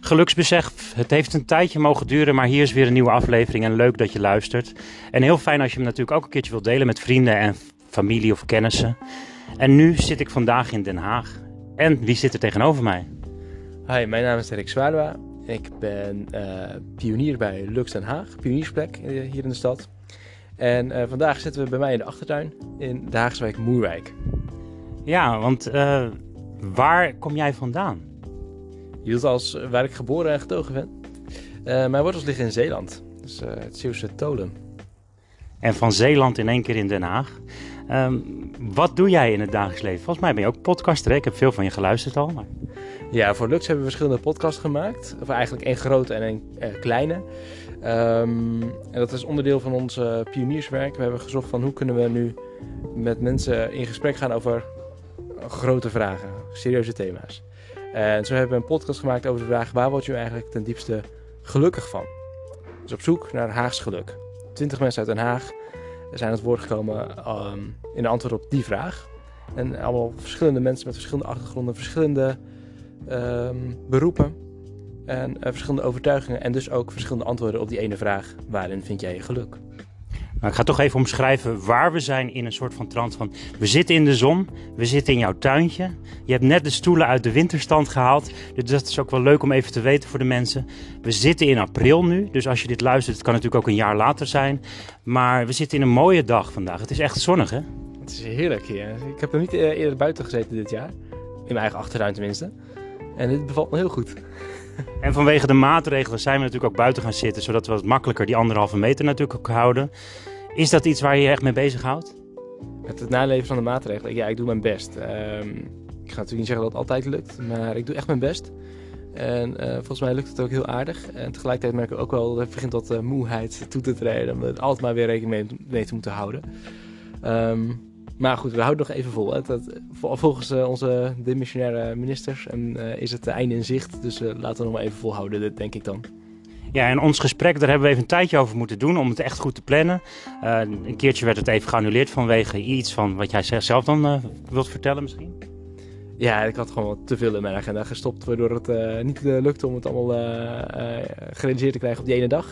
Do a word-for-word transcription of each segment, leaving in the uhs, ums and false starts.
Geluksbesef, het heeft een tijdje mogen duren, maar hier is weer een nieuwe aflevering en leuk dat je luistert. En heel fijn als je hem natuurlijk ook een keertje wilt delen met vrienden en familie of kennissen. En nu zit ik vandaag in Den Haag. En wie zit er tegenover mij? Hi, mijn naam is Erik Zwaluwa. Ik ben uh, pionier bij Lux Den Haag, pioniersplek uh, hier in de stad. En uh, vandaag zitten we bij mij in de achtertuin in de Haagse wijk Moerwijk. Ja, want uh, waar kom jij vandaan? Je doet als uh, waar ik geboren en getogen ben. Uh, mijn wortels liggen in Zeeland, dus uh, het Zeeuwse Tholen. En van Zeeland in één keer in Den Haag. Um, wat doe jij in het dagelijks leven? Volgens mij ben je ook podcaster, hè? Ik heb veel van je geluisterd al. Maar... Ja, voor Lux hebben we verschillende podcasts gemaakt. Of eigenlijk één grote en één uh, kleine. Um, en dat is onderdeel van ons uh, pionierswerk. We hebben gezocht van hoe kunnen we nu met mensen in gesprek gaan over grote vragen, serieuze thema's. En zo hebben we een podcast gemaakt over de vraag: waar word je eigenlijk ten diepste gelukkig van? Dus op zoek naar Haags geluk. Twintig mensen uit Den Haag zijn aan het woord gekomen um, in de antwoord op die vraag. En allemaal verschillende mensen met verschillende achtergronden, verschillende um, beroepen en uh, verschillende overtuigingen. En dus ook verschillende antwoorden op die ene vraag: waarin vind jij je geluk? Nou, ik ga toch even omschrijven waar we zijn in een soort van trant van... We zitten in de zon, we zitten in jouw tuintje. Je hebt net de stoelen uit de winterstand gehaald. Dus dat is ook wel leuk om even te weten voor de mensen. We zitten in april nu, dus als je dit luistert, het kan natuurlijk ook een jaar later zijn. Maar we zitten in een mooie dag vandaag. Het is echt zonnig, hè? Het is heerlijk hier. Ik heb er niet eerder buiten gezeten dit jaar. In mijn eigen achtertuin tenminste. En dit bevalt me heel goed. En vanwege de maatregelen zijn we natuurlijk ook buiten gaan zitten, zodat we wat makkelijker die anderhalve meter natuurlijk ook houden. Is dat iets waar je je echt mee bezighoudt? Met het naleven van de maatregelen? Ja, ik doe mijn best. Um, ik ga natuurlijk niet zeggen dat het altijd lukt, maar ik doe echt mijn best. En uh, volgens mij lukt het ook heel aardig. En tegelijkertijd merk ik ook wel dat er begint wat uh, moeheid toe te treden. Om er altijd maar weer rekening mee, mee te moeten houden. Um, maar goed, we houden nog even vol. Hè. Dat, volgens uh, onze demissionaire ministers en, uh, is het einde in zicht. Dus uh, laten we nog maar even volhouden, dit denk ik dan. Ja, en ons gesprek, daar hebben we even een tijdje over moeten doen om het echt goed te plannen. Uh, een keertje werd het even geannuleerd vanwege iets van wat jij zelf dan uh, wilt vertellen misschien. Ja, ik had gewoon wat te veel in mijn agenda gestopt, waardoor het uh, niet uh, lukte om het allemaal uh, uh, gerealiseerd te krijgen op die ene dag.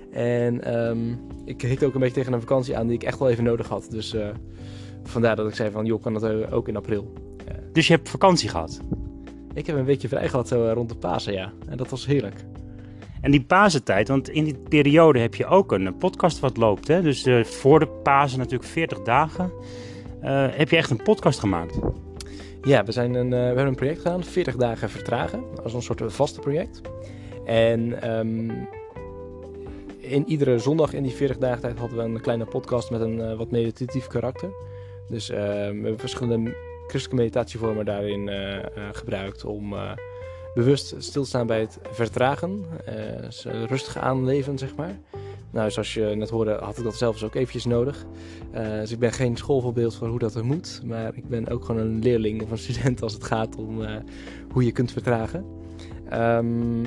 En um, ik hikte ook een beetje tegen een vakantie aan die ik echt wel even nodig had. Dus uh, vandaar dat ik zei van, joh, kan dat ook in april. Uh, dus je hebt vakantie gehad? Ik heb een weekje vrij gehad zo rond de Pasen, ja. En dat was heerlijk. En die Pasentijd, want in die periode heb je ook een podcast wat loopt, hè? Dus uh, voor de Pasen natuurlijk veertig dagen. Uh, heb je echt een podcast gemaakt? Ja, we, zijn een, uh, we hebben een project gedaan, veertig dagen vertragen. Als een soort vaste project. En um, in iedere zondag in die veertig dagen tijd hadden we een kleine podcast met een uh, wat meditatief karakter. Dus uh, we hebben verschillende christelijke meditatievormen daarin uh, uh, gebruikt om... Uh, bewust stilstaan bij het vertragen, uh, dus rustig aanleven, zeg maar. Nou, zoals je net hoorde, had ik dat zelfs ook eventjes nodig. Uh, dus ik ben geen schoolvoorbeeld van hoe dat moet, maar ik ben ook gewoon een leerling of een student als het gaat om uh, hoe je kunt vertragen. Um,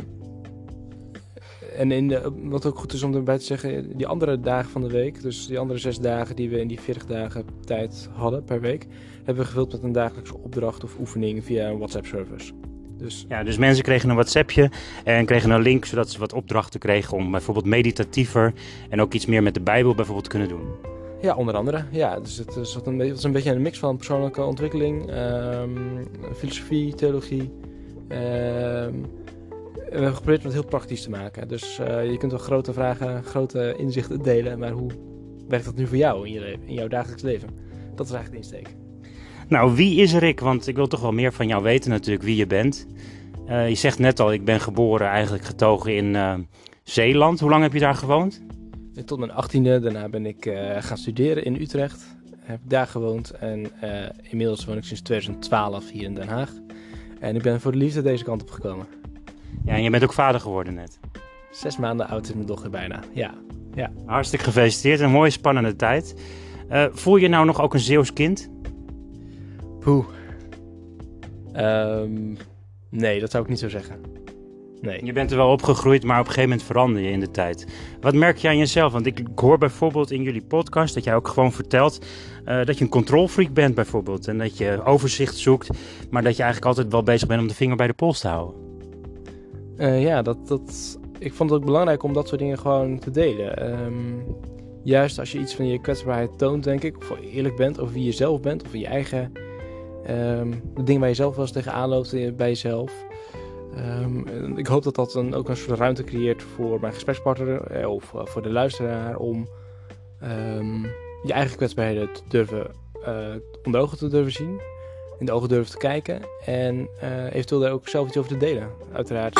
en in de, wat ook goed is om erbij te zeggen, die andere dagen van de week, dus die andere zes dagen die we in die veertig dagen tijd hadden per week, hebben we gevuld met een dagelijkse opdracht of oefening via een WhatsApp-service. Dus... Ja, dus mensen kregen een WhatsAppje en kregen een link zodat ze wat opdrachten kregen om bijvoorbeeld meditatiever en ook iets meer met de Bijbel bijvoorbeeld te kunnen doen. Ja, onder andere. Ja, dus het is, een, het is een beetje een mix van persoonlijke ontwikkeling, um, filosofie, theologie. Um, we hebben geprobeerd om het heel praktisch te maken. Dus uh, je kunt wel grote vragen, grote inzichten delen, maar hoe werkt dat nu voor jou in je leven, in jouw dagelijks leven? Dat is eigenlijk de insteek. Nou, wie is Rick? Want ik wil toch wel meer van jou weten natuurlijk, wie je bent. Uh, je zegt net al, ik ben geboren, eigenlijk getogen in uh, Zeeland. Hoe lang heb je daar gewoond? Tot mijn achttiende. Daarna ben ik uh, gaan studeren in Utrecht. Heb ik daar gewoond. En uh, inmiddels woon ik sinds twintig twaalf hier in Den Haag. En ik ben voor de liefde deze kant op gekomen. Ja, en je bent ook vader geworden net. Zes maanden oud is mijn dochter bijna, ja. ja. Hartstikke gefeliciteerd, een mooie spannende tijd. Uh, voel je nou nog ook een Zeeuws kind? Poeh. Um, nee, dat zou ik niet zo zeggen. Nee. Je bent er wel opgegroeid, maar op een gegeven moment verander je in de tijd. Wat merk je aan jezelf? Want ik hoor bijvoorbeeld in jullie podcast dat jij ook gewoon vertelt uh, dat je een controlfreak bent bijvoorbeeld. En dat je overzicht zoekt, maar dat je eigenlijk altijd wel bezig bent om de vinger bij de pols te houden. Uh, ja, dat, dat, ik vond het ook belangrijk om dat soort dingen gewoon te delen. Um, juist als je iets van je kwetsbaarheid toont, denk ik, of eerlijk bent over wie je zelf bent, of je eigen um, de dingen waar je zelf wel eens tegenaan loopt bij jezelf. Um, ik hoop dat dat een, ook een soort ruimte creëert voor mijn gesprekspartner eh, of uh, voor de luisteraar om um, je eigen kwetsbaarheden te durven uh, onder ogen te durven zien, in de ogen durven te kijken en uh, eventueel daar ook zelf iets over te delen, uiteraard.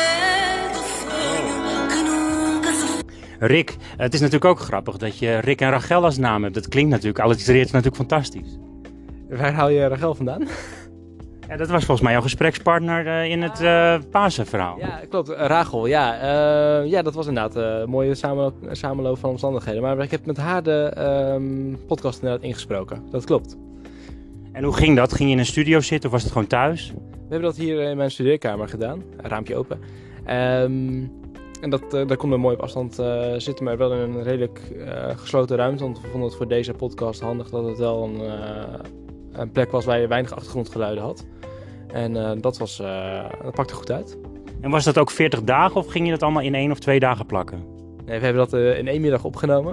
Rick, het is natuurlijk ook grappig dat je Rick en Rachel als naam hebt. Dat klinkt natuurlijk, allitereert natuurlijk fantastisch. Waar haal je Rachel vandaan? Ja, dat was volgens mij jouw gesprekspartner uh, in het uh, Pasenverhaal. Ja, klopt. Uh, Rachel, ja. Uh, ja, dat was inderdaad een uh, mooie samenloop, samenloop van omstandigheden. Maar ik heb met haar de um, podcast inderdaad ingesproken. Dat klopt. En hoe ging dat? Ging je in een studio zitten of was het gewoon thuis? We hebben dat hier in mijn studeerkamer gedaan. Een raampje open. Um, en dat, uh, daar konden we mooi op afstand uh, zitten, maar wel in een redelijk uh, gesloten ruimte. Want we vonden het voor deze podcast handig dat het wel een, uh, een plek was waar je weinig achtergrondgeluiden had. En uh, dat, was, uh, dat pakte goed uit. En was dat ook veertig dagen of ging je dat allemaal in één of twee dagen plakken? Nee, we hebben dat uh, in één middag opgenomen.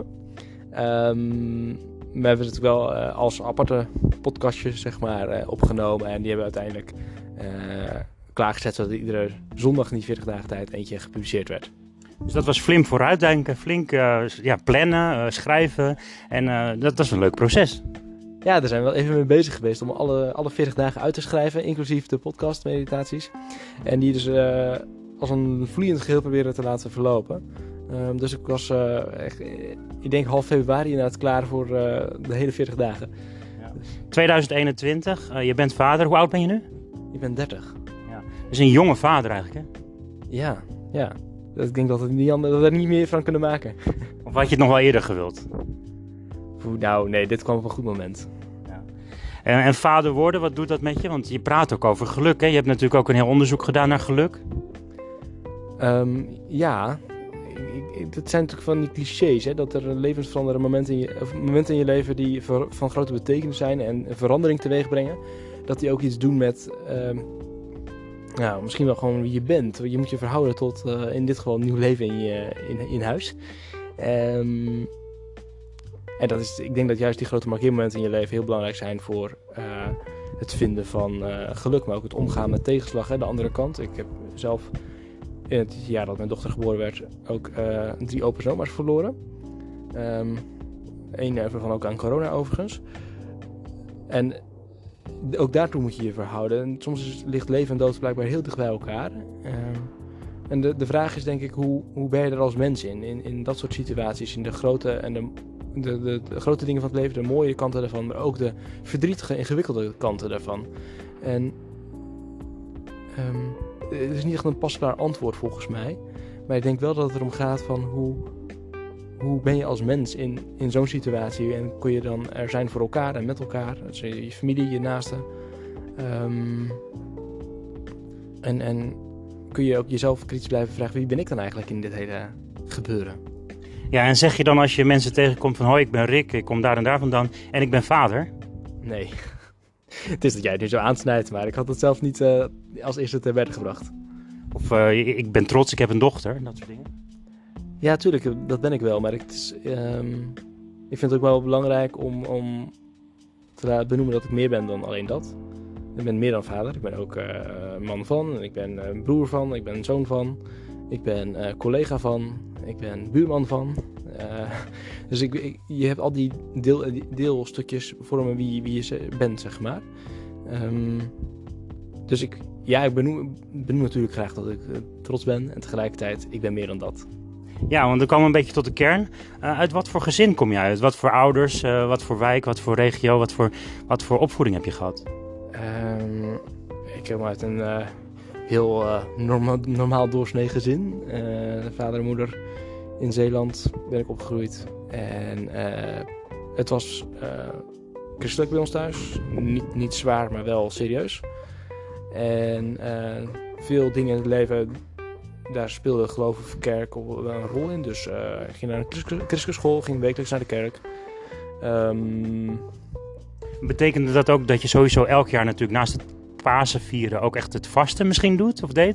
Um, we hebben het wel uh, als aparte podcastjes zeg maar, uh, opgenomen. En die hebben we uiteindelijk uh, klaargezet zodat iedere zondag in die veertig dagen tijd eentje gepubliceerd werd. Dus dat was flink vooruitdenken, flink uh, ja, plannen, uh, schrijven. En uh, dat, dat is een leuk proces. Ja, daar zijn we wel even mee bezig geweest om alle, alle veertig dagen uit te schrijven, inclusief de podcastmeditaties. En die dus uh, als een vloeiend geheel proberen te laten verlopen. Um, dus ik was, uh, echt, ik denk half februari inderdaad klaar voor uh, de hele veertig dagen. Ja. tweeduizend eenentwintig, uh, je bent vader. Hoe oud ben je nu? Ik ben dertig. Ja. Dus een jonge vader eigenlijk, hè? Ja, ja. Ik denk dat we niet, dat we er niet meer van kunnen maken. Of had je het nog wel eerder gewild? Nou, nee, dit kwam op een goed moment. Ja. En, en vader worden, wat doet dat met je? Want je praat ook over geluk, hè? Je hebt natuurlijk ook een heel onderzoek gedaan naar geluk. Um, ja, ik, ik, dat zijn natuurlijk van die clichés, hè? Dat er levensveranderende momenten in je, of momenten in je leven die ver, van grote betekenis zijn en een verandering teweeg brengen. Dat die ook iets doen met, um, nou, misschien wel gewoon wie je bent. Je moet je verhouden tot, uh, in dit geval, een nieuw leven in, je, in, in huis. Um, En dat is, ik denk dat juist die grote markeermomenten in je leven heel belangrijk zijn voor uh, het vinden van uh, geluk, maar ook het omgaan met tegenslag. Hè, de andere kant. Ik heb zelf in het jaar dat mijn dochter geboren werd ook uh, drie opa en oma's verloren. Um, Eén ervan ook aan corona overigens. En ook daartoe moet je je verhouden. En soms is, ligt leven en dood blijkbaar heel dicht bij elkaar. Um, en de, de vraag is denk ik, hoe, hoe ben je er als mens in? In, in dat soort situaties, in de grote en de... De, de, de grote dingen van het leven, de mooie kanten daarvan, maar ook de verdrietige, ingewikkelde kanten daarvan. En um, het is niet echt een pasklaar antwoord volgens mij, maar ik denk wel dat het erom gaat van hoe, hoe ben je als mens in, in zo'n situatie en kun je dan er zijn voor elkaar en met elkaar, dus je familie, je naasten. Um, en, en kun je ook jezelf kritisch blijven vragen, wie ben ik dan eigenlijk in dit hele gebeuren? Ja, en zeg je dan als je mensen tegenkomt van... hoi, ik ben Rick, ik kom daar en daar vandaan en ik ben vader? Nee. Het is dat jij het nu zo aansnijdt, maar ik had het zelf niet uh, als eerste ter berde gebracht. Of uh, ik ben trots, ik heb een dochter, dat soort dingen? Ja, tuurlijk, dat ben ik wel. Maar het is, um, ik vind het ook wel belangrijk om, om te benoemen dat ik meer ben dan alleen dat. Ik ben meer dan vader. Ik ben ook uh, man van, ik ben uh, broer van, ik ben zoon van... Ik ben uh, collega van, ik ben buurman van. Uh, dus ik, ik, je hebt al die, deel, die deelstukjes vormen wie, wie je bent, zeg maar. Um, dus ik, ja, ik benoem, benoem natuurlijk graag dat ik uh, trots ben. En tegelijkertijd, ik ben meer dan dat. Ja, want dan komen we een beetje tot de kern. Uh, uit wat voor gezin kom je uit? Wat voor ouders, uh, wat voor wijk, wat voor regio, wat voor, wat voor opvoeding heb je gehad? Um, ik kom uit een... Uh, Heel uh, norma- normaal doorsnee gezin. Uh, vader en moeder in Zeeland ben ik opgegroeid. En uh, het was uh, christelijk bij ons thuis. Niet, niet zwaar, maar wel serieus. En uh, veel dingen in het leven, daar speelde geloof of kerk een rol in. Dus uh, ik ging naar een christelijke school, ging wekelijks naar de kerk. Um, Betekende dat ook dat je sowieso elk jaar natuurlijk naast het Pasen vieren ook echt het vasten misschien doet of deed?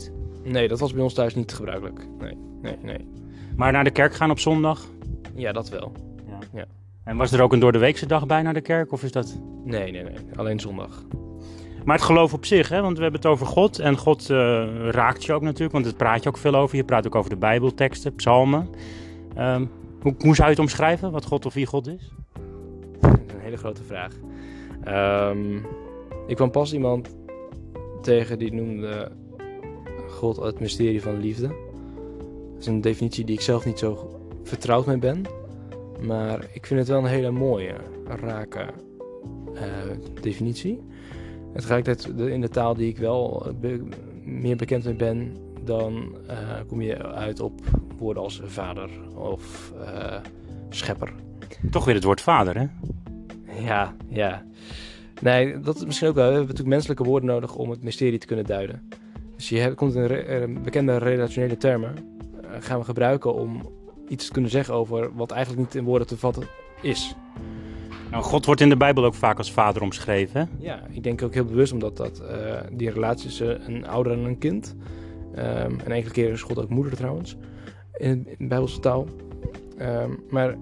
Nee, dat was bij ons thuis niet gebruikelijk. Nee, nee, nee. Maar naar de kerk gaan op zondag? Ja, dat wel. Ja. Ja. En was er ook een doordeweekse dag bij naar de kerk? Of is dat... Nee, nee, nee. Alleen zondag. Maar het geloof op zich, hè? Want we hebben het over God. En God uh, raakt je ook natuurlijk, want daar praat je ook veel over. Je praat ook over de Bijbelteksten, psalmen. Um, hoe, hoe zou je het omschrijven, wat God of wie God is? Dat is een hele grote vraag. Um, ik kwam pas iemand tegen die noemde God het mysterie van liefde. Dat is een definitie die ik zelf niet zo vertrouwd mee ben. Maar ik vind het wel een hele mooie, rake uh, definitie. En tegelijkertijd in de taal die ik wel be- meer bekend mee ben, dan uh, kom je uit op woorden als vader of uh, schepper. Toch weer het woord vader, hè? Ja, ja. Nee, dat is misschien ook wel. We hebben natuurlijk menselijke woorden nodig om het mysterie te kunnen duiden. Dus je hebt, komt in re- bekende relationele termen. Uh, gaan we gebruiken om iets te kunnen zeggen over wat eigenlijk niet in woorden te vatten is. Nou, God wordt in de Bijbel ook vaak als vader omschreven, hè? Ja, ik denk ook heel bewust omdat dat, uh, die relatie tussen een ouder en een kind. Um, en enkele keren is God ook moeder trouwens. In, in Bijbelse taal. Um, maar...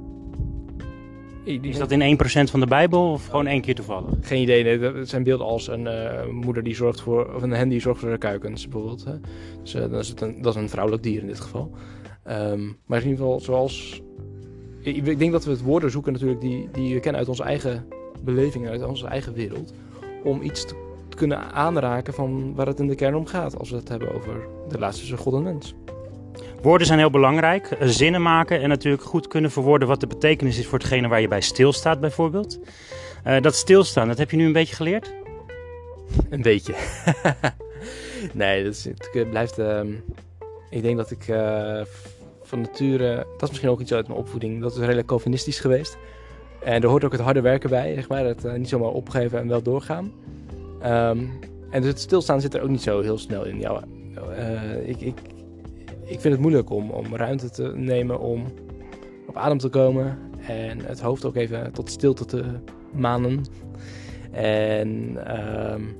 Is dat in één procent van de Bijbel of gewoon één keer toevallig? Geen idee. Nee, dat zijn beelden als een uh, moeder die zorgt voor... Of een hen die zorgt voor haar kuikens bijvoorbeeld. Hè. Dus uh, dat, is het een, dat is een vrouwelijk dier in dit geval. Um, maar in ieder geval zoals... Ik, ik denk dat we het woorden zoeken natuurlijk die, die we kennen uit onze eigen beleving, uit onze eigen wereld. Om iets te, te kunnen aanraken van waar het in de kern om gaat. Als we het hebben over de relatie tussen God en mens. Woorden zijn heel belangrijk. Zinnen maken en natuurlijk goed kunnen verwoorden wat de betekenis is voor hetgene waar je bij stilstaat bijvoorbeeld. Uh, dat stilstaan, dat heb je nu een beetje geleerd? Een beetje. Nee, dat is, het blijft... Uh, ik denk dat ik uh, van nature... Dat is misschien ook iets uit mijn opvoeding. Dat is redelijk Calvinistisch geweest. En er hoort ook het harde werken bij, zeg maar. Het uh, niet zomaar opgeven en wel doorgaan. Um, en dus het stilstaan zit er ook niet zo heel snel in. Ja, uh, ik... ik Ik vind het moeilijk om, om ruimte te nemen om op adem te komen en het hoofd ook even tot stilte te manen. En um,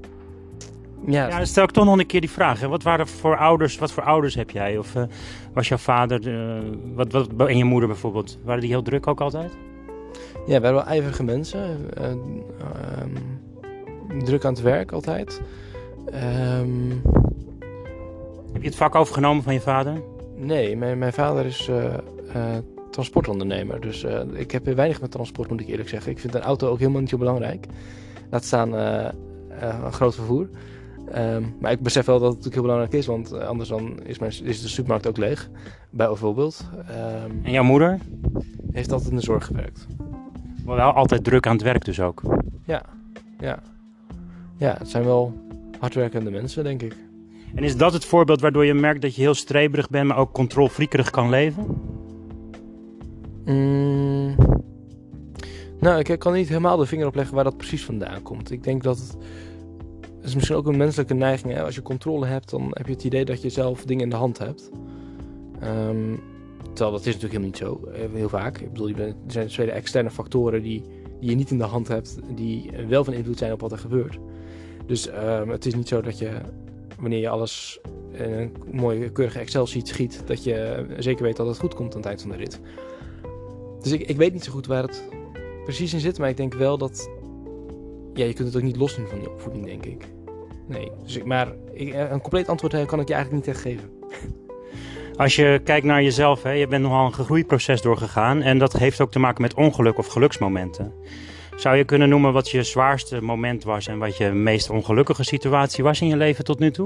ja. Ja, dan stel ik toch nog een keer die vraag. Hè. Wat waren voor ouders, wat voor ouders heb jij? Of uh, was jouw vader, uh, wat, wat, en je moeder bijvoorbeeld, waren die heel druk ook altijd? Ja, we waren wel ijverige mensen. Uh, um, druk aan het werk altijd. Um, Heb je het vak overgenomen van je vader? Nee, mijn, mijn vader is uh, uh, transportondernemer. Dus uh, ik heb weinig met transport, moet ik eerlijk zeggen. Ik vind een auto ook helemaal niet zo belangrijk. Laat staan uh, uh, een groot vervoer. Um, maar ik besef wel dat het natuurlijk heel belangrijk is. Want anders dan is, mijn, is de supermarkt ook leeg. Bijvoorbeeld. Um, en jouw moeder? Heeft altijd in de zorg gewerkt. Maar wel altijd druk aan het werk dus ook? Ja, ja. Ja, het zijn wel hardwerkende mensen, denk ik. En is dat het voorbeeld waardoor je merkt dat je heel streberig bent, maar ook controlfreakerig kan leven? Mm, nou, ik kan niet helemaal de vinger op leggen waar dat precies vandaan komt. Ik denk dat het, het is misschien ook een menselijke neiging. Hè? Als je controle hebt, dan heb je het idee dat je zelf dingen in de hand hebt. Um, terwijl dat is natuurlijk helemaal niet zo, heel vaak. Ik bedoel, er zijn vele externe factoren die, die je niet in de hand hebt, die wel van invloed zijn op wat er gebeurt. Dus um, het is niet zo dat je... wanneer je alles in een mooie keurige Excel-sheet schiet, dat je zeker weet dat het goed komt aan het eind van de rit. Dus ik, ik weet niet zo goed waar het precies in zit, maar ik denk wel dat... Ja, je kunt het ook niet loszien van die opvoeding, denk ik. Nee, dus ik, maar ik, een compleet antwoord kan ik je eigenlijk niet echt geven. Als je kijkt naar jezelf, hè, je bent nogal een gegroeiproces doorgegaan en dat heeft ook te maken met ongeluk of geluksmomenten. Zou je kunnen noemen wat je zwaarste moment was en wat je meest ongelukkige situatie was in je leven tot nu toe?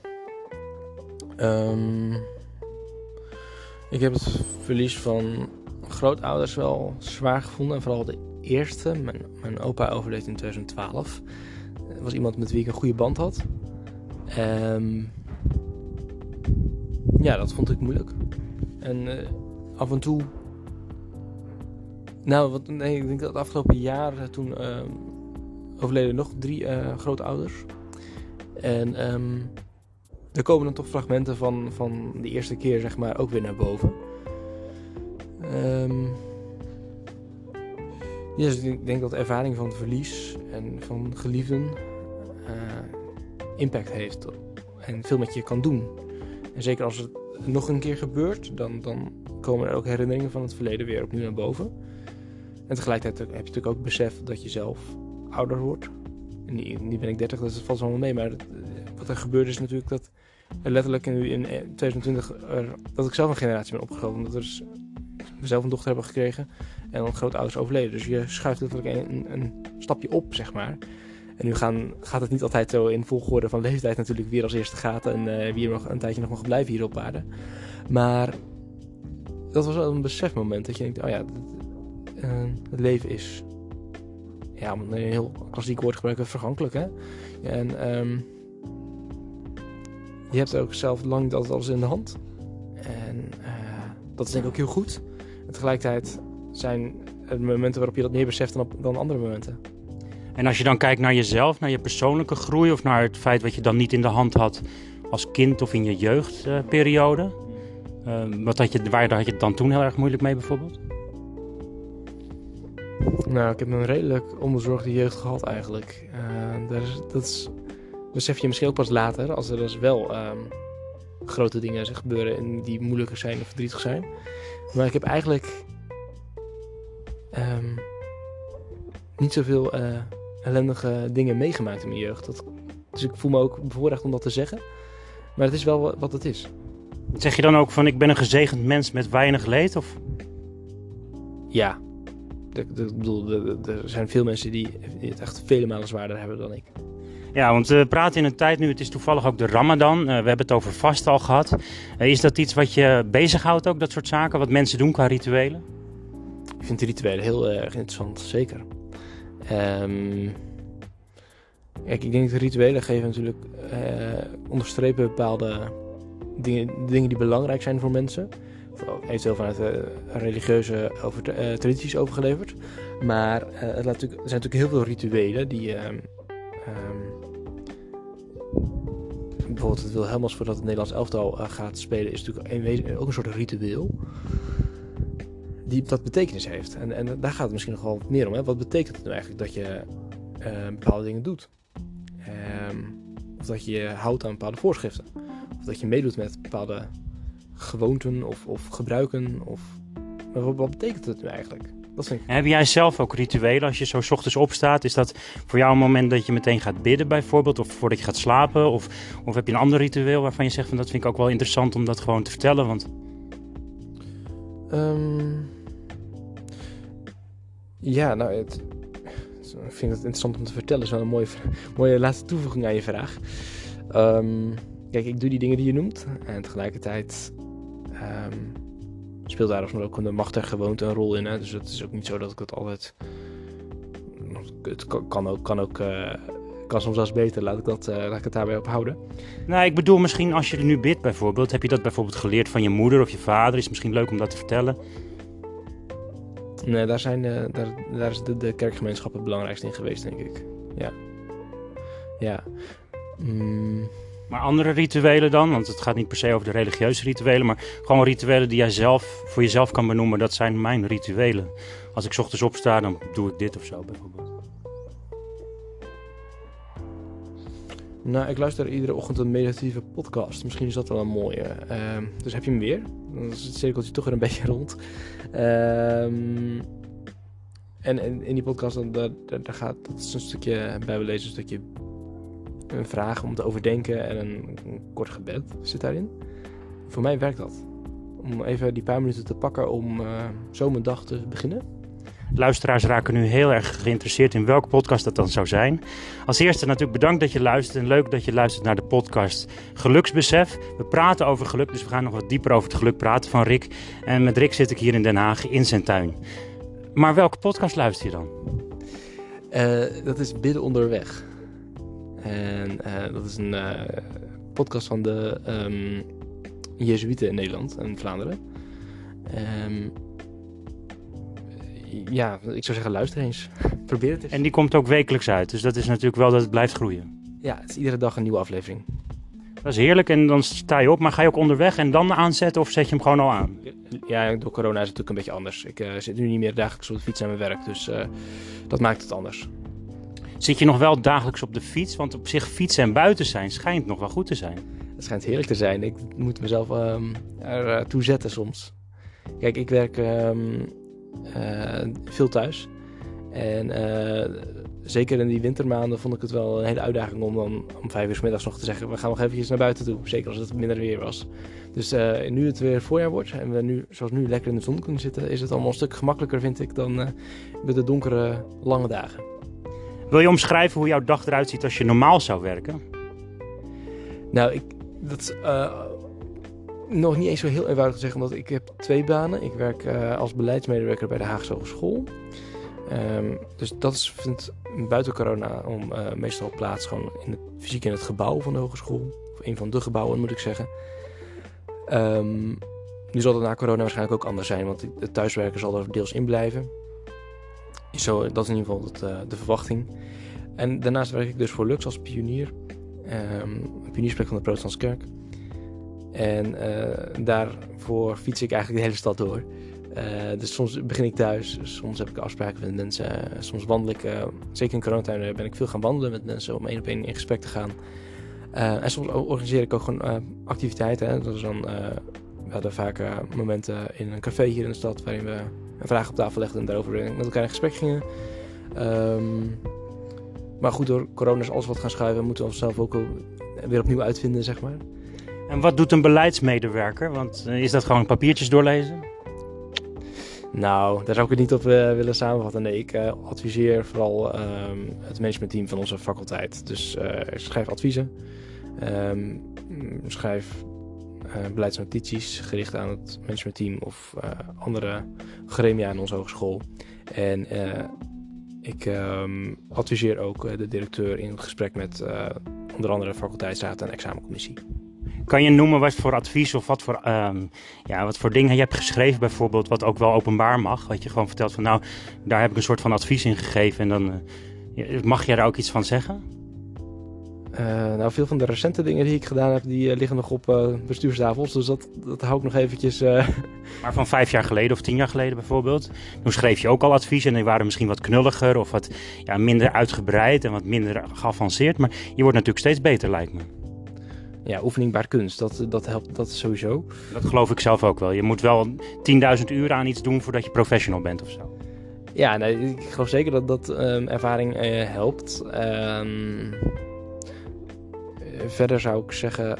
Um, ik heb het verlies van grootouders wel zwaar gevonden. En vooral de eerste. Mijn, mijn opa overleed in twintig twaalf. Dat was iemand met wie ik een goede band had. Um, ja, dat vond ik moeilijk. En uh, af en toe... Nou, wat, nee, ik denk dat het afgelopen jaar toen uh, overleden nog drie uh, grootouders. En um, er komen dan toch fragmenten van, van de eerste keer, zeg maar, ook weer naar boven. Um, ja, dus ik denk dat de ervaring van verlies en van geliefden uh, impact heeft en veel met je kan doen. En zeker als het nog een keer gebeurt, dan, dan komen er ook herinneringen van het verleden weer opnieuw naar boven. En tegelijkertijd heb je natuurlijk ook besef dat je zelf ouder wordt. En nu, nu ben ik dertig, dus dat valt allemaal mee. Maar wat er gebeurt is natuurlijk dat er letterlijk nu in twintig twintig er, dat ik zelf een generatie ben opgegroeid. Omdat er dus, we zelf een dochter hebben gekregen en dan grootouders overleden. Dus je schuift letterlijk een, een stapje op, zeg maar. En nu gaan, gaat het niet altijd zo in volgorde van leeftijd natuurlijk weer als eerste gaat. En uh, wie er nog een tijdje nog mag blijven hier op aarde. Maar dat was wel een besefmoment dat je denkt, oh ja, het, uh, het leven is, ja, om een heel klassiek woord te gebruiken, vergankelijk, hè. En um, je hebt ook zelf lang niet altijd alles in de hand. En uh, dat is denk ik ook heel goed. En tegelijkertijd zijn er momenten waarop je dat meer beseft dan, op, dan andere momenten. En als je dan kijkt naar jezelf, naar je persoonlijke groei of naar het feit wat je dan niet in de hand had als kind of in je jeugdperiode. Uh, wat had je, waar had je het dan toen heel erg moeilijk mee bijvoorbeeld? Nou, ik heb een redelijk onbezorgde jeugd gehad eigenlijk. Uh, dat, is, dat is, besef je misschien ook pas later, als er dus wel um, grote dingen gebeuren en die moeilijker zijn of verdrietig zijn. Maar ik heb eigenlijk um, niet zoveel uh, ellendige dingen meegemaakt in mijn jeugd. Dat, dus ik voel me ook bevoorrecht om dat te zeggen. Maar het is wel wat het is. Zeg je dan ook van, ik ben een gezegend mens met weinig leed? Of? Ja. Ik bedoel, er zijn veel mensen die het echt vele malen zwaarder hebben dan ik. Ja, want we praten in een tijd nu, het is toevallig ook de Ramadan. Uh, we hebben het over vast al gehad. Uh, is dat iets wat je bezighoudt ook, dat soort zaken? Wat mensen doen qua rituelen? Ik vind de rituelen heel erg interessant, zeker. Um, kijk, ik denk dat de rituelen geven natuurlijk, uh, onderstrepen bepaalde dingen, dingen die belangrijk zijn voor mensen. Eventueel vanuit uh, religieuze over, uh, tradities overgeleverd. Maar uh, het laat natuurlijk, er zijn natuurlijk heel veel rituelen die... Uh, um, bijvoorbeeld het Wilhelmus voordat het Nederlands elftal uh, gaat spelen is natuurlijk een, ook een soort ritueel. Die dat betekenis heeft. En, en daar gaat het misschien nog wel meer om. Hè? Wat betekent het nou eigenlijk dat je uh, bepaalde dingen doet? Um, of dat je je houdt aan bepaalde voorschriften. Of dat je meedoet met bepaalde gewoonten of, of gebruiken. Of, wat, wat betekent het nu eigenlijk? Dat vind ik... Heb jij zelf ook rituelen als je zo 's ochtends opstaat? Is dat voor jou een moment dat je meteen gaat bidden bijvoorbeeld? Of voordat je gaat slapen? Of, of heb je een ander ritueel waarvan je zegt van dat vind ik ook wel interessant om dat gewoon te vertellen? Want... Um, ja, nou, het, ik vind het interessant om te vertellen. Dat is wel een mooie, mooie laatste toevoeging aan je vraag. Um, kijk, ik doe die dingen die je noemt. En tegelijkertijd um, speelt daar ook een macht en gewoonte een rol in. Hè? Dus het is ook niet zo dat ik dat altijd... Het kan ook... Kan ook uh, kan soms zelfs beter, laat ik, dat, uh, laat ik het daarbij op houden. Nou, ik bedoel misschien als je er nu bidt bijvoorbeeld. Heb je dat bijvoorbeeld geleerd van je moeder of je vader? Is het misschien leuk om dat te vertellen? Nee, daar, zijn, uh, daar, daar is de, de kerkgemeenschap het belangrijkste in geweest, denk ik. Ja. Ja. Mm. Maar andere rituelen dan? Want het gaat niet per se over de religieuze rituelen, maar gewoon rituelen die jij zelf voor jezelf kan benoemen. Dat zijn mijn rituelen. Als ik 's ochtends opsta, dan doe ik dit of zo bijvoorbeeld. Nou, ik luister iedere ochtend een meditatieve podcast. Misschien is dat wel een mooie. Uh, dus heb je hem weer. Dan is het cirkeltje toch weer een beetje rond. Uh, en, en in die podcast, dan, daar, daar gaat, dat is een stukje bijbellezen, een stukje een vraag om te overdenken en een, een kort gebed zit daarin. Voor mij werkt dat. Om even die paar minuten te pakken om uh, zo mijn dag te beginnen. Luisteraars raken nu heel erg geïnteresseerd in welke podcast dat dan zou zijn. Als eerste natuurlijk bedankt dat je luistert en leuk dat je luistert naar de podcast Geluksbesef. We praten over geluk, dus we gaan nog wat dieper over het geluk praten van Rick. En met Rick zit ik hier in Den Haag in zijn tuin. Maar welke podcast luister je dan? Uh, dat is Bidden Onderweg. En uh, dat is een uh, podcast van de um, Jezuïeten in Nederland en Vlaanderen. Um, Ja, ik zou zeggen, luister eens. Probeer het eens. En die komt ook wekelijks uit, dus dat is natuurlijk wel dat het blijft groeien. Ja, het is iedere dag een nieuwe aflevering. Dat is heerlijk en dan sta je op, maar ga je ook onderweg en dan aanzetten of zet je hem gewoon al aan? Ja, door corona is het natuurlijk een beetje anders. Ik uh, zit nu niet meer dagelijks op de fiets naar mijn werk, dus uh, dat maakt het anders. Zit je nog wel dagelijks op de fiets? Want op zich fietsen en buiten zijn schijnt nog wel goed te zijn. Het schijnt heerlijk te zijn. Ik moet mezelf um, er uh, toe zetten soms. Kijk, ik werk um, uh, veel thuis. En uh, zeker in die wintermaanden vond ik het wel een hele uitdaging om dan om vijf uur 's middags nog te zeggen, we gaan nog eventjes naar buiten toe. Zeker als het minder weer was. Dus uh, nu het weer voorjaar wordt en we nu, zoals nu lekker in de zon kunnen zitten, is het allemaal een stuk gemakkelijker, vind ik, dan uh, met de donkere, lange dagen. Wil je omschrijven hoe jouw dag eruit ziet als je normaal zou werken? Nou, ik, dat is uh, nog niet eens zo heel eenvoudig te zeggen, omdat ik heb twee banen. Ik werk uh, als beleidsmedewerker bij de Haagse Hogeschool. Um, dus dat is, vindt buiten corona om uh, meestal plaats gewoon in het, fysiek in het gebouw van de hogeschool. Of een van de gebouwen, moet ik zeggen. Um, nu zal het na corona waarschijnlijk ook anders zijn, want het thuiswerken zal er deels in blijven. Zo, dat is in ieder geval het, uh, de verwachting. En daarnaast werk ik dus voor Lux als pionier. Um, een pioniersplek van de Protestantse Kerk. En uh, daarvoor fiets ik eigenlijk de hele stad door. Uh, dus soms begin ik thuis, soms heb ik afspraken met mensen, uh, soms wandel ik, uh, zeker in coronatijd ben ik veel gaan wandelen met mensen om één op één in gesprek te gaan. Uh, en soms organiseer ik ook gewoon uh, activiteiten. Hè. Dat is dan, uh, we hadden vaak uh, momenten in een café hier in de stad waarin we een vraag op tafel legden en daarover met elkaar in gesprek gingen. Um, maar goed, door corona is alles wat gaan schuiven, moeten we onszelf ook weer opnieuw uitvinden, zeg maar. En wat doet een beleidsmedewerker? Want uh, is dat gewoon papiertjes doorlezen? Nou, daar zou ik het niet op uh, willen samenvatten. Nee, ik uh, adviseer vooral um, het managementteam van onze faculteit. Dus uh, ik schrijf adviezen, um, schrijf uh, beleidsnotities gericht aan het managementteam of uh, andere gremia in onze hogeschool. En uh, ik um, adviseer ook uh, de directeur in gesprek met uh, onder andere faculteitsraad en examencommissie. Kan je noemen wat voor advies of wat voor, um, ja, wat voor dingen je hebt geschreven bijvoorbeeld, wat ook wel openbaar mag? Wat je gewoon vertelt van nou, daar heb ik een soort van advies in gegeven en dan uh, mag jij daar ook iets van zeggen? Uh, nou, veel van de recente dingen die ik gedaan heb, die uh, liggen nog op uh, bestuurstafels, dus dat, dat hou ik nog eventjes... Uh... Maar van vijf jaar geleden of tien jaar geleden bijvoorbeeld, toen schreef je ook al advies en die waren misschien wat knulliger of wat ja, minder uitgebreid en wat minder geavanceerd, maar je wordt natuurlijk steeds beter, lijkt me. Ja, oefening baart kunst, dat, dat helpt, dat sowieso. Dat geloof ik zelf ook wel. Je moet wel tienduizend uur aan iets doen voordat je professional bent of zo. Ja, nee, ik geloof zeker dat dat um, ervaring uh, helpt. Um, verder zou ik zeggen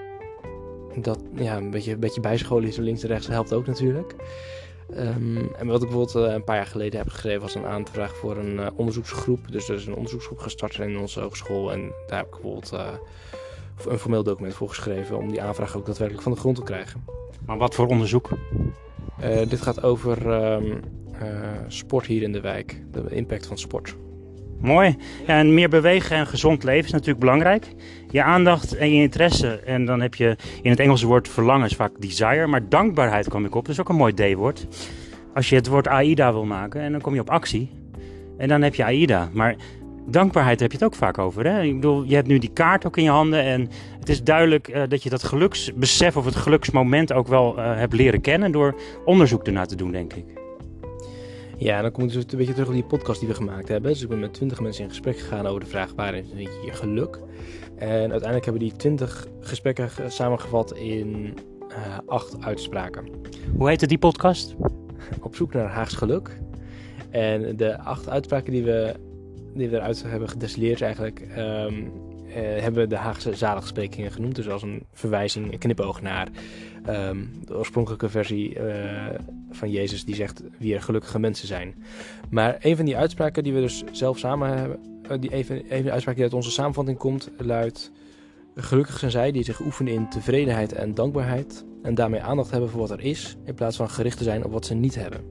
dat ja, een beetje, een beetje bijscholen is links en rechts helpt ook natuurlijk. Um, en wat ik bijvoorbeeld uh, een paar jaar geleden heb geschreven was een aanvraag voor een uh, onderzoeksgroep. Dus er is een onderzoeksgroep gestart in onze hogeschool en daar heb ik bijvoorbeeld... Uh, een formeel document voor geschreven om die aanvraag ook daadwerkelijk van de grond te krijgen. Maar wat voor onderzoek? Uh, dit gaat over um, uh, sport hier in de wijk, de impact van sport. Mooi. Ja, en meer bewegen en gezond leven is natuurlijk belangrijk. Je aandacht en je interesse, en dan heb je in het Engelse woord verlangen is vaak desire, maar dankbaarheid kwam ik op, dat is ook een mooi D-woord. Als je het woord AIDA wil maken en dan kom je op actie en dan heb je AIDA, maar... Dankbaarheid heb je het ook vaak over. Hè? Ik bedoel, je hebt nu die kaart ook in je handen en het is duidelijk uh, dat je dat geluksbesef of het geluksmoment ook wel uh, hebt leren kennen door onderzoek ernaar te doen, denk ik. Ja, en dan kom ik dus een beetje terug op die podcast die we gemaakt hebben. Dus ik ben met twintig mensen in gesprek gegaan over de vraag waarin vind je je geluk. En uiteindelijk hebben we die twintig gesprekken samengevat in uh, acht uitspraken. Hoe heette die podcast? Op zoek naar Haags geluk. En de acht uitspraken die we... die we eruit hebben gedestilleerd eigenlijk, um, uh, hebben we de Haagse zaligsprekingen genoemd. Dus als een verwijzing, een knipoog naar um, de oorspronkelijke versie uh, van Jezus die zegt wie er gelukkige mensen zijn. Maar een van die uitspraken die we dus zelf samen hebben, uh, die even, even de uitspraak die uit onze samenvatting komt, luidt: gelukkig zijn zij die zich oefenen in tevredenheid en dankbaarheid en daarmee aandacht hebben voor wat er is, in plaats van gericht te zijn op wat ze niet hebben.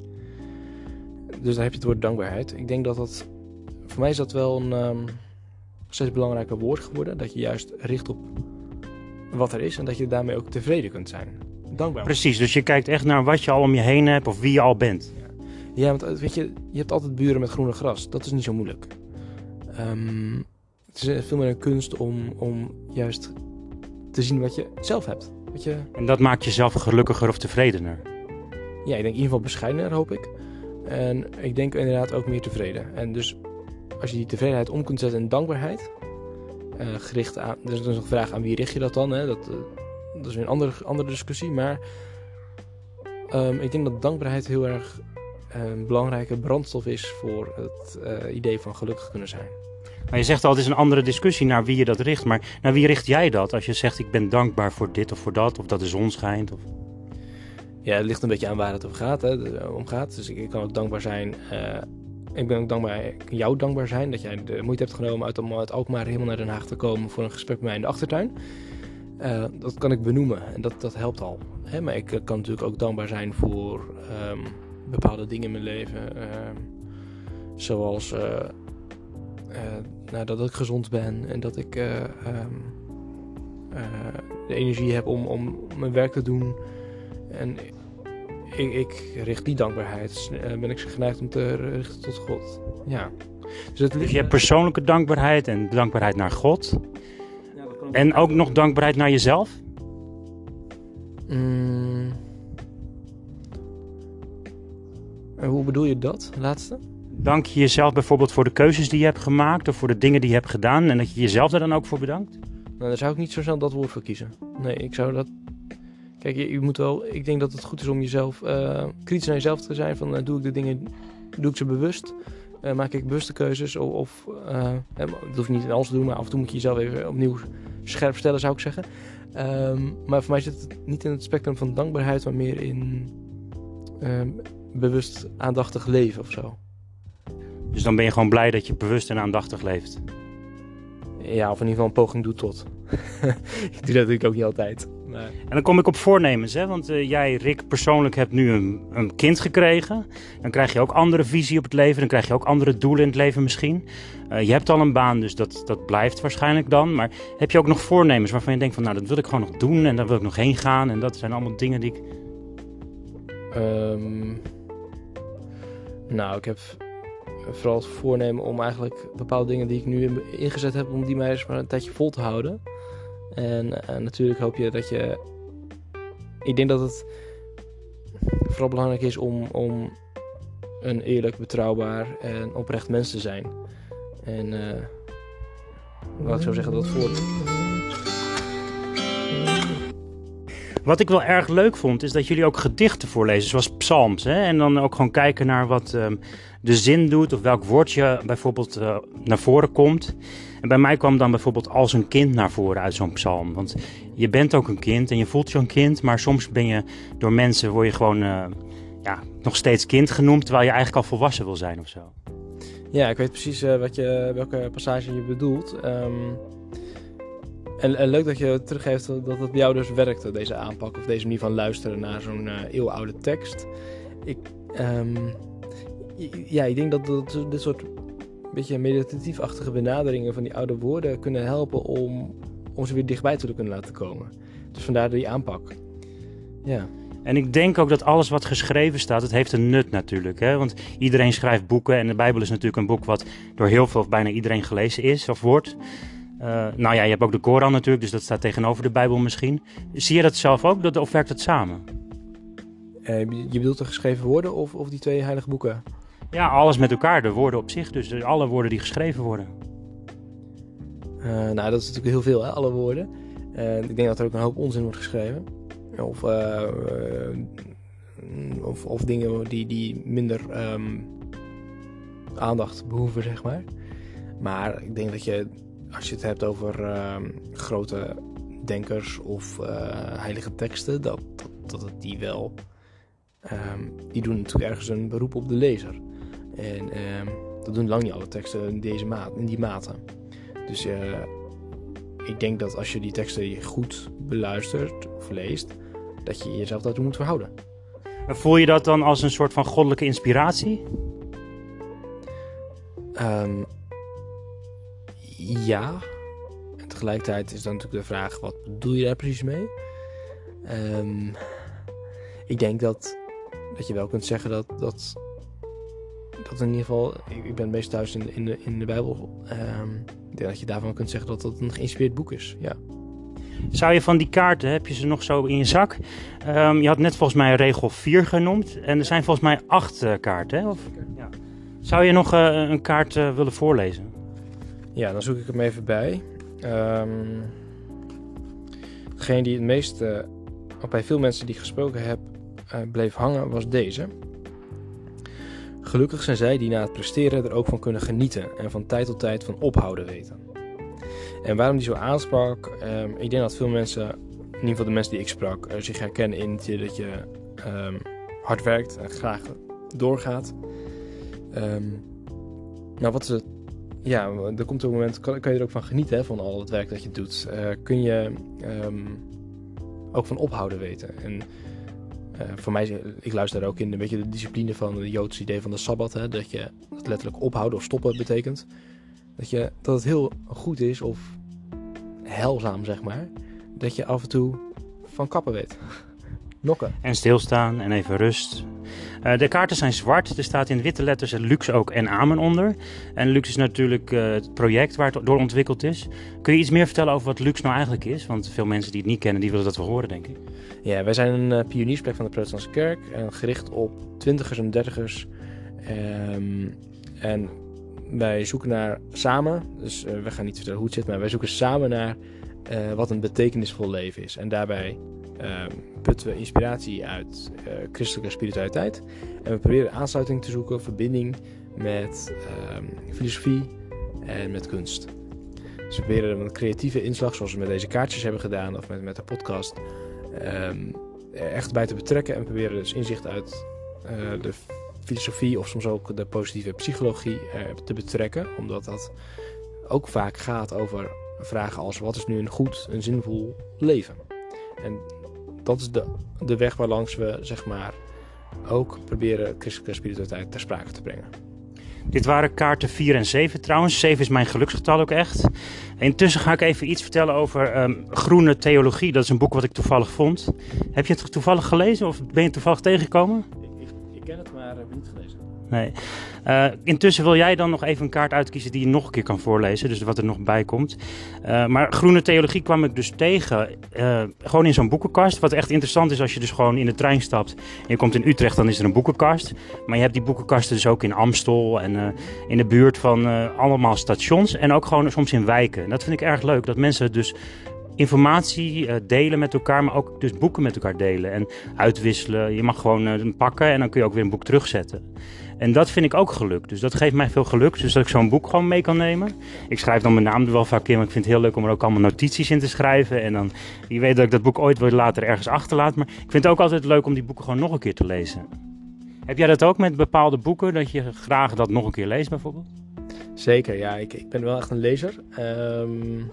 Dus daar heb je het woord dankbaarheid. Ik denk dat dat Voor mij is dat wel een um, steeds belangrijker woord geworden. Dat je juist richt op wat er is en dat je daarmee ook tevreden kunt zijn. Dankbaar. Precies, dus je kijkt echt naar wat je al om je heen hebt of wie je al bent. Ja, ja want weet je, je hebt altijd buren met groene gras. Dat is niet zo moeilijk. Um, het is veel meer een kunst om, om juist te zien wat je zelf hebt. Wat je... En dat maakt jezelf gelukkiger of tevredener? Ja, ik denk in ieder geval bescheidener, hoop ik. En ik denk inderdaad ook meer tevreden. En dus als je die tevredenheid om kunt zetten in dankbaarheid, uh, gericht aan, er is dus nog een vraag aan wie richt je dat dan, hè? Dat, uh, dat is weer een andere, andere discussie, maar um, ik denk dat dankbaarheid heel erg een belangrijke brandstof is voor het uh, idee van gelukkig kunnen zijn. Maar je zegt al, het is een andere discussie naar wie je dat richt, maar naar wie richt jij dat? Als je zegt, ik ben dankbaar voor dit of voor dat, of dat de zon schijnt? Of... Ja, het ligt een beetje aan waar het over gaat, hè, om gaat. Dus ik, ik kan ook dankbaar zijn. Uh, ik ben ook dankbaar, ik kan jou dankbaar zijn dat jij de moeite hebt genomen uit, om uit Alkmaar helemaal naar Den Haag te komen voor een gesprek met mij in de achtertuin. Uh, dat kan ik benoemen en dat, dat helpt al. Hè? Maar ik uh, kan natuurlijk ook dankbaar zijn voor um, bepaalde dingen in mijn leven. Uh, zoals uh, uh, nou, dat ik gezond ben en dat ik uh, um, uh, de energie heb om, om mijn werk te doen. En ik, ik richt die dankbaarheid, uh, ben ik geneigd om te richten tot God. Ja. Dus, het, dus je hebt persoonlijke dankbaarheid en dankbaarheid naar God. Ja, dat kan en ook nog dankbaarheid naar jezelf? Mm. En hoe bedoel je dat, laatste? Dank je jezelf bijvoorbeeld voor de keuzes die je hebt gemaakt of voor de dingen die je hebt gedaan en dat je jezelf daar dan ook voor bedankt? Nou, daar zou ik niet zo snel dat woord voor kiezen. Nee, ik zou dat... Kijk, je, je moet wel... Ik denk dat het goed is om jezelf uh, kritisch naar jezelf te zijn. Van, uh, doe ik de dingen... Doe ik ze bewust? Uh, maak ik bewuste keuzes? Of... of uh, dat hoef je niet in alles te doen, maar af en toe moet je jezelf even opnieuw scherp stellen, zou ik zeggen. Um, maar voor mij zit het niet in het spectrum van dankbaarheid, maar meer in... Um, bewust aandachtig leven of zo. Dus dan ben je gewoon blij dat je bewust en aandachtig leeft? Ja, of in ieder geval een poging doet tot. Ik doe dat natuurlijk ook niet altijd. Maar... En dan kom ik op voornemens, hè? Want uh, jij, Rick, persoonlijk hebt nu een, een kind gekregen. Dan krijg je ook andere visie op het leven. Dan krijg je ook andere doelen in het leven misschien. Uh, je hebt al een baan, dus dat, dat blijft waarschijnlijk dan. Maar heb je ook nog voornemens waarvan je denkt van, nou, dat wil ik gewoon nog doen en daar wil ik nog heen gaan. En dat zijn allemaal dingen die ik... Um... Nou, ik heb vooral het voornemen om eigenlijk bepaalde dingen die ik nu ingezet heb, om die mij eens maar een tijdje vol te houden. En uh, natuurlijk hoop je dat je... Ik denk dat het vooral belangrijk is om, om een eerlijk, betrouwbaar en oprecht mens te zijn. En uh, laat ik zo zeggen dat het voor... Wat ik wel erg leuk vond, is dat jullie ook gedichten voorlezen, zoals psalms. Hè? En dan ook gewoon kijken naar wat um, de zin doet, of welk woordje bijvoorbeeld uh, naar voren komt. En bij mij kwam dan bijvoorbeeld als een kind naar voren uit zo'n psalm. Want je bent ook een kind en je voelt je een kind, maar soms ben je door mensen, word je gewoon uh, ja, nog steeds kind genoemd, terwijl je eigenlijk al volwassen wil zijn of zo. Ja, ik weet precies uh, wat je, welke passage je bedoelt. Um... En, en leuk dat je teruggeeft dat het bij jou dus werkte, deze aanpak of deze manier van luisteren naar zo'n uh, eeuwenoude tekst. Ik, um, ja, ik denk dat, dat dit soort beetje meditatief-achtige benaderingen van die oude woorden kunnen helpen om, om ze weer dichtbij te kunnen laten komen. Dus vandaar die aanpak. Ja. En ik denk ook dat alles wat geschreven staat, het heeft een nut natuurlijk. Hè? Want iedereen schrijft boeken en de Bijbel is natuurlijk een boek wat door heel veel of bijna iedereen gelezen is of wordt. Uh, nou ja, je hebt ook de Koran natuurlijk, dus dat staat tegenover de Bijbel misschien. Zie je dat zelf ook, dat, of werkt het samen? Uh, je bedoelt de geschreven woorden of, of die twee heilige boeken? Ja, alles met elkaar, de woorden op zich, dus alle woorden die geschreven worden. Uh, nou, dat is natuurlijk heel veel, hè, alle woorden. Uh, ik denk dat er ook een hoop onzin wordt geschreven. Of, uh, uh, of, of dingen die, die minder um, aandacht behoeven, zeg maar. Maar ik denk dat je... Als je het hebt over uh, grote denkers of uh, heilige teksten, dat, dat, dat het die wel... Um, die doen natuurlijk ergens een beroep op de lezer. En um, dat doen lang niet alle teksten in, deze maat, in die mate. Dus uh, ik denk dat als je die teksten goed beluistert of leest, dat je jezelf daartoe moet verhouden. En voel je dat dan als een soort van goddelijke inspiratie? Um, Ja, en tegelijkertijd is dan natuurlijk de vraag, wat bedoel je daar precies mee? Um, ik denk dat, dat je wel kunt zeggen dat, dat, dat in ieder geval, ik, ik ben meest thuis in, in, de, in de Bijbel, um, ik denk dat je daarvan kunt zeggen dat dat een geïnspireerd boek is, ja. Zou je van die kaarten, heb je ze nog zo in je zak? Um, je had net volgens mij regel vier genoemd en er zijn volgens mij acht uh, kaarten, hè? Of, ja. Zou je nog uh, een kaart uh, willen voorlezen? Ja, dan zoek ik hem even bij. Um, degene die het meest, uh, bij veel mensen die ik gesproken heb, uh, bleef hangen, was deze. Gelukkig zijn zij die na het presteren er ook van kunnen genieten en van tijd tot tijd van ophouden weten. En waarom die zo aansprak, um, ik denk dat veel mensen, in ieder geval de mensen die ik sprak, uh, zich herkennen in het, dat je um, hard werkt en graag doorgaat. Um, nou, wat is het? Ja, er komt een moment, kan, kan je er ook van genieten, hè, van al het werk dat je doet. Uh, kun je um, ook van ophouden weten. En uh, voor mij, ik luister daar ook in, een beetje de discipline van het Joodse idee van de Sabbat. Hè, dat je dat letterlijk ophouden of stoppen betekent. Dat, je, dat het heel goed is, of heilzaam zeg maar, dat je af en toe van kappen weet. Nokken. En stilstaan en even rust. Uh, de kaarten zijn zwart. Er staat in witte letters Lux ook en Amen onder. En Lux is natuurlijk uh, het project waar het door ontwikkeld is. Kun je iets meer vertellen over wat Lux nou eigenlijk is? Want veel mensen die het niet kennen, die willen dat wel horen, denk ik. Ja, wij zijn een uh, pioniersplek van de Protestantse Kerk. En gericht op twintigers en dertigers. Um, en wij zoeken naar samen, dus uh, we gaan niet vertellen hoe het zit, maar wij zoeken samen naar uh, wat een betekenisvol leven is. En daarbij uh, putten we inspiratie uit uh, christelijke spiritualiteit. En we proberen aansluiting te zoeken, verbinding met uh, filosofie en met kunst. Dus we proberen een creatieve inslag, zoals we met deze kaartjes hebben gedaan, of met, met de podcast, um, echt bij te betrekken. En we proberen dus inzicht uit uh, de filosofie of soms ook de positieve psychologie uh, te betrekken. Omdat dat ook vaak gaat over vragen als wat is nu een goed, een zinvol leven. En dat is de, de weg waarlangs we zeg maar ook proberen christelijke spiritualiteit ter sprake te brengen. Dit waren kaarten vier en zeven trouwens. zeven is mijn geluksgetal ook echt. Intussen ga ik even iets vertellen over um, Groene Theologie. Dat is een boek wat ik toevallig vond. Heb je het toevallig gelezen of ben je toevallig tegengekomen? Ik, ik, ik ken het, maar heb het niet gelezen. Nee. Uh, intussen wil jij dan nog even een kaart uitkiezen die je nog een keer kan voorlezen. Dus wat er nog bij komt. Uh, maar Groene Theologie kwam ik dus tegen. Uh, gewoon in zo'n boekenkast. Wat echt interessant is als je dus gewoon in de trein stapt. En je komt in Utrecht, dan is er een boekenkast. Maar je hebt die boekenkasten dus ook in Amstel. En uh, in de buurt van uh, allemaal stations. En ook gewoon soms in wijken. En dat vind ik erg leuk. Dat mensen dus informatie uh, delen met elkaar. Maar ook dus boeken met elkaar delen. En uitwisselen. Je mag gewoon uh, pakken. En dan kun je ook weer een boek terugzetten. En dat vind ik ook geluk. Dus dat geeft mij veel geluk. Dus dat ik zo'n boek gewoon mee kan nemen. Ik schrijf dan mijn naam er wel vaak in. Maar ik vind het heel leuk om er ook allemaal notities in te schrijven. En dan, wie weet dat ik dat boek ooit weer later ergens achterlaat. Maar ik vind het ook altijd leuk om die boeken gewoon nog een keer te lezen. Heb jij dat ook met bepaalde boeken? Dat je graag dat nog een keer leest bijvoorbeeld? Zeker, ja. Ik, ik ben wel echt een lezer. Um,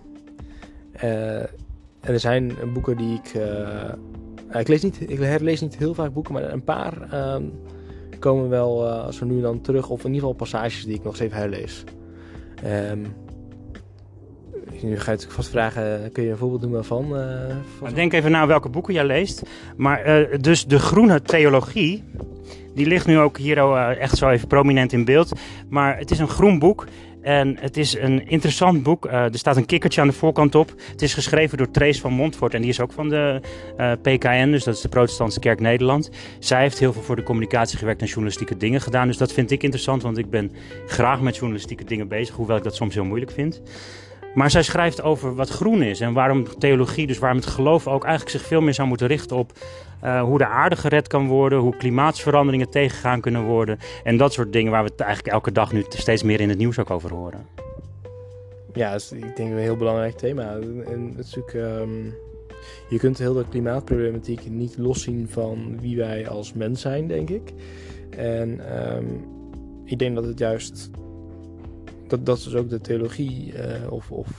uh, en er zijn boeken die ik... Uh, ik, lees niet, ik herlees niet heel vaak boeken, maar een paar... Um, komen wel uh, zo nu en dan terug, of in ieder geval passages die ik nog eens even herlees. Um, nu ga je natuurlijk vast vragen, kun je een voorbeeld noemen van? Uh, nou, denk even na welke boeken jij leest. Maar uh, dus de Groene Theologie, die ligt nu ook hier uh, echt zo even prominent in beeld. Maar het is een groen boek. En het is een interessant boek. Uh, er staat een kikkertje aan de voorkant op. Het is geschreven door Trace van Montfort. En die is ook van de uh, P K N, dus dat is de Protestantse Kerk Nederland. Zij heeft heel veel voor de communicatie gewerkt en journalistieke dingen gedaan. Dus dat vind ik interessant, want ik ben graag met journalistieke dingen bezig. Hoewel ik dat soms heel moeilijk vind. Maar zij schrijft over wat groen is. En waarom theologie, dus waarom het geloof ook eigenlijk zich veel meer zou moeten richten op uh, hoe de aarde gered kan worden. Hoe klimaatsveranderingen tegengegaan kunnen worden. En dat soort dingen waar we het eigenlijk elke dag nu steeds meer in het nieuws ook over horen. Ja, dat is, ik denk een heel belangrijk thema. En het is natuurlijk, um, je kunt heel de klimaatproblematiek niet loszien van wie wij als mens zijn, denk ik. En um, ik denk dat het juist... Dat, dat is ook de theologie uh, of, of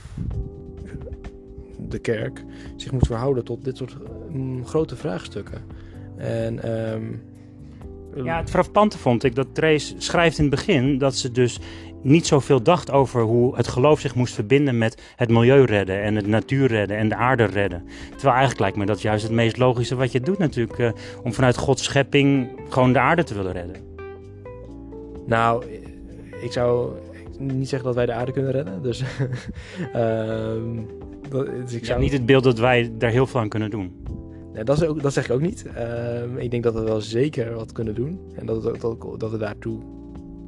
de kerk zich moet verhouden tot dit soort um, grote vraagstukken. En, um, ja, het frappante vond ik dat Trace schrijft in het begin dat ze dus niet zoveel dacht over hoe het geloof zich moest verbinden met het milieu redden en het natuur redden en de aarde redden. Terwijl eigenlijk lijkt me dat juist het meest logische wat je doet natuurlijk, uh, om vanuit Gods schepping gewoon de aarde te willen redden. Nou, ik zou niet zeggen dat wij de aarde kunnen redden. Dus, um, dat, dus ik zou... ja, niet het beeld dat wij daar heel veel aan kunnen doen. Nee, dat, is ook, dat zeg ik ook niet. Um, ik denk dat we wel zeker wat kunnen doen. En dat, dat, dat, dat we daartoe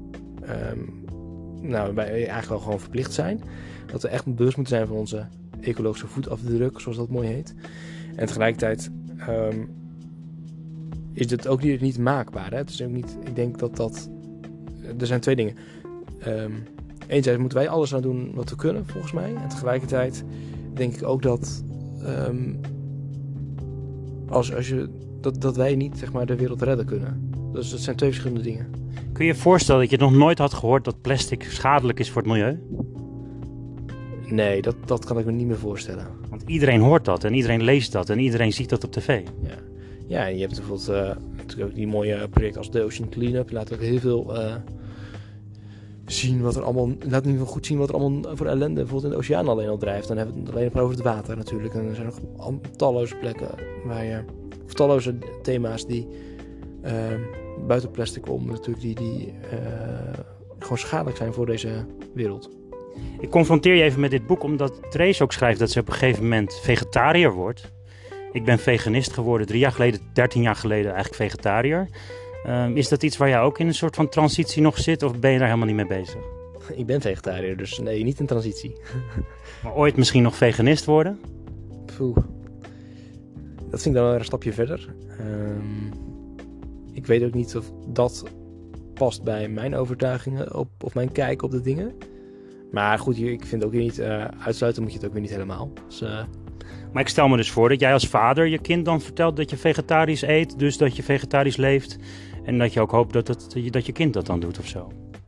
um, nou, wij eigenlijk wel gewoon verplicht zijn. Dat we echt bewust moeten zijn van onze ecologische voetafdruk, zoals dat mooi heet. En tegelijkertijd um, is het ook niet, niet maakbaar. Hè? Het is ook niet, ik denk dat dat... Er zijn twee dingen. Um, Enerzijds moeten wij alles aan doen wat we kunnen, volgens mij. En tegelijkertijd denk ik ook dat... Um, als, als je, dat, dat wij niet, zeg maar, de wereld redden kunnen. Dus dat zijn twee verschillende dingen. Kun je je voorstellen dat je nog nooit had gehoord dat plastic schadelijk is voor het milieu? Nee, dat, dat kan ik me niet meer voorstellen. Want iedereen hoort dat en iedereen leest dat en iedereen ziet dat op tv. Ja, ja en je hebt bijvoorbeeld uh, natuurlijk ook die mooie projecten als de Ocean Cleanup. Je laat ook heel veel uh, zien wat er allemaal... Laat in ieder geval goed zien wat er allemaal voor ellende bijvoorbeeld in de oceaan alleen al drijft. Dan hebben we het alleen maar over het water natuurlijk. En er zijn nog talloze plekken waar je... Of talloze thema's die uh, buiten plastic om natuurlijk die, die uh, gewoon schadelijk zijn voor deze wereld. Ik confronteer je even met dit boek omdat Trace ook schrijft dat ze op een gegeven moment vegetariër wordt. Ik ben veganist geworden drie jaar geleden, dertien jaar geleden eigenlijk vegetariër. Uh, is dat iets waar jij ook in een soort van transitie nog zit of ben je daar helemaal niet mee bezig? Ik ben vegetariër, dus nee, niet in transitie. Maar ooit misschien nog veganist worden? Poeh. Dat vind ik dan wel een stapje verder. Um, ik weet ook niet of dat past bij mijn overtuigingen op, of mijn kijk op de dingen. Maar goed, ik vind ook weer niet... Uh, uitsluiten moet je het ook weer niet helemaal. Dus, uh... Maar ik stel me dus voor dat jij als vader je kind dan vertelt dat je vegetarisch eet. Dus dat je vegetarisch leeft. En dat je ook hoopt dat, het, dat je kind dat dan doet of zo.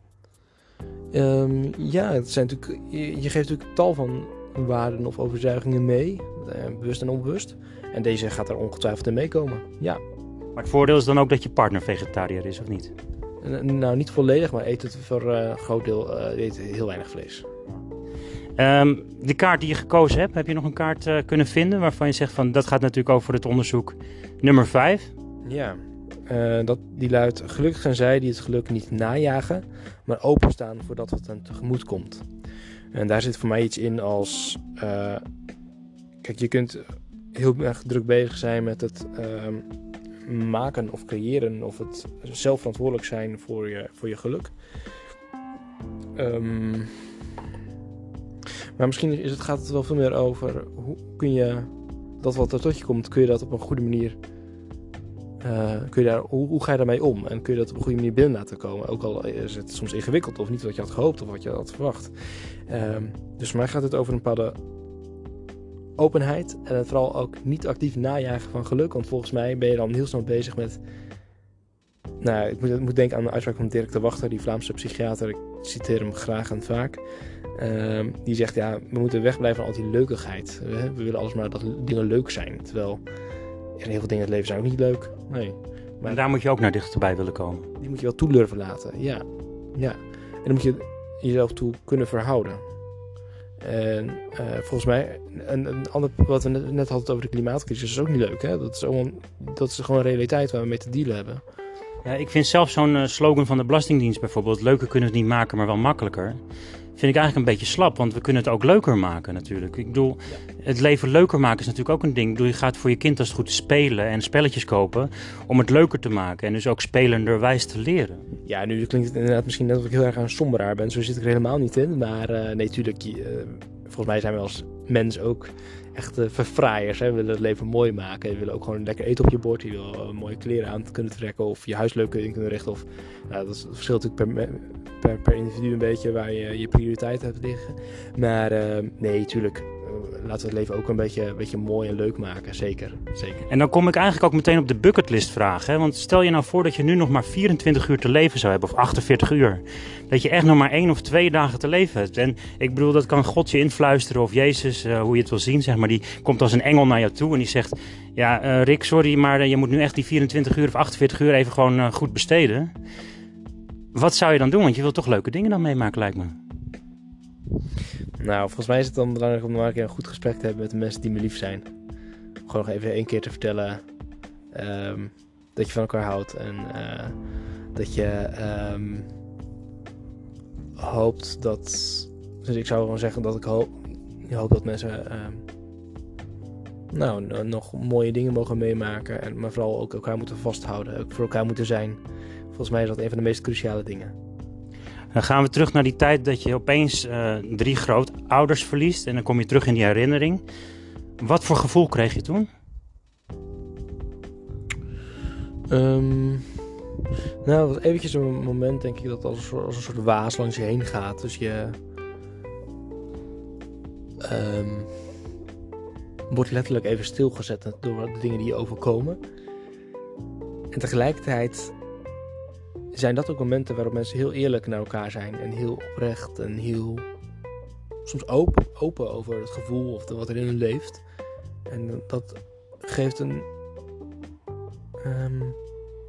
Um, ja, het zijn natuurlijk, je, je geeft natuurlijk tal van waarden of overtuigingen mee. Uh, bewust en onbewust. En deze gaat er ongetwijfeld in meekomen. Ja. Maar het voordeel is dan ook dat je partner vegetariër is, of niet? Uh, nou, niet volledig, maar eet het voor uh, een groot deel uh, eet heel weinig vlees. Um, de kaart die je gekozen hebt, heb je nog een kaart uh, kunnen vinden waarvan je zegt van dat gaat natuurlijk over het onderzoek nummer vijf? Ja, uh, dat, die luidt: gelukkig zijn zij die het geluk niet najagen, maar openstaan voor dat wat hen tegemoet komt. En daar zit voor mij iets in als... Uh, kijk, je kunt heel erg druk bezig zijn met het uh, maken of creëren of het zelf verantwoordelijk zijn voor je, voor je geluk. Um, maar misschien is het, gaat het wel veel meer over hoe kun je dat wat er tot je komt, kun je dat op een goede manier... Uh, kun je daar, hoe, hoe ga je daarmee om? En kun je dat op een goede manier binnen laten komen? Ook al is het soms ingewikkeld of niet wat je had gehoopt of wat je had verwacht. Um, dus voor mij gaat het over een bepaalde openheid en het vooral ook niet actief najagen van geluk. Want volgens mij ben je dan heel snel bezig met... Nou, ik moet, ik moet denken aan de uitspraak van Dirk de Wachter, die Vlaamse psychiater. Ik citeer hem graag en vaak. Um, die zegt, ja, we moeten wegblijven van al die leukigheid. We, we willen alles maar dat dingen leuk zijn. Terwijl... En heel veel dingen in het leven zijn ook niet leuk. Nee. Maar en daar moet je ook naar dichterbij willen komen. Die moet je wel toe durven laten, ja. ja. En dan moet je jezelf toe kunnen verhouden. En uh, volgens mij, een, een ander, wat we net, net hadden over de klimaatcrisis, is ook niet leuk. Hè? Dat, is allemaal, dat is gewoon een realiteit waar we mee te dealen hebben. Ja, ik vind zelf zo'n uh, slogan van de Belastingdienst bijvoorbeeld, leuker kunnen we het niet maken, maar wel makkelijker. Vind ik eigenlijk een beetje slap, want we kunnen het ook leuker maken natuurlijk. Ik bedoel, ja. Het leven leuker maken is natuurlijk ook een ding. Ik bedoel, je gaat voor je kind als het goed is spelen en spelletjes kopen om het leuker te maken. En dus ook spelenderwijs te leren. Ja, nu klinkt het inderdaad misschien net of ik heel erg aan een somberaar ben. Zo zit ik er helemaal niet in. Maar uh, nee, tuurlijk, uh, volgens mij zijn we als mens ook echt uh, verfraaiers. Hè? We willen het leven mooi maken. We willen ook gewoon lekker eten op je bord. Je wil uh, mooie kleren aan kunnen trekken of je huis leuk in kunnen richten. Of, nou, dat verschilt natuurlijk per, per, per individu een beetje waar je je prioriteiten hebt liggen. Maar uh, nee, tuurlijk. Laten we het leven ook een beetje, een beetje mooi en leuk maken. Zeker, zeker. En dan kom ik eigenlijk ook meteen op de bucketlist vragen. Hè? Want stel je nou voor dat je nu nog maar vierentwintig uur te leven zou hebben. Of achtenveertig uur. Dat je echt nog maar één of twee dagen te leven hebt. En ik bedoel, dat kan God je influisteren. Of Jezus, uh, hoe je het wil zien, zeg maar. Die komt als een engel naar jou toe. En die zegt, ja uh, Rick, sorry. Maar uh, je moet nu echt die vierentwintig uur of achtenveertig uur even gewoon uh, goed besteden. Wat zou je dan doen? Want je wilt toch leuke dingen dan meemaken, lijkt me. Nou, volgens mij is het dan belangrijk om nog een keer een goed gesprek te hebben met de mensen die me lief zijn. Gewoon nog even één keer te vertellen um, dat je van elkaar houdt. En uh, dat je um, hoopt dat... Dus ik zou gewoon zeggen dat ik hoop, ik hoop dat mensen um, nou, nog mooie dingen mogen meemaken. En, maar vooral ook elkaar moeten vasthouden. Ook voor elkaar moeten zijn. Volgens mij is dat een van de meest cruciale dingen. Dan gaan we terug naar die tijd dat je opeens uh, drie grootouders verliest. En dan kom je terug in die herinnering. Wat voor gevoel kreeg je toen? Um, nou, was eventjes een moment, denk ik, dat als een, soort, als een soort waas langs je heen gaat. Dus je um, wordt letterlijk even stilgezet door de dingen die je overkomen. En tegelijkertijd zijn dat ook momenten waarop mensen heel eerlijk naar elkaar zijn. En heel oprecht en heel soms open, open over het gevoel of de, wat er in hun leeft. En dat geeft een... Um,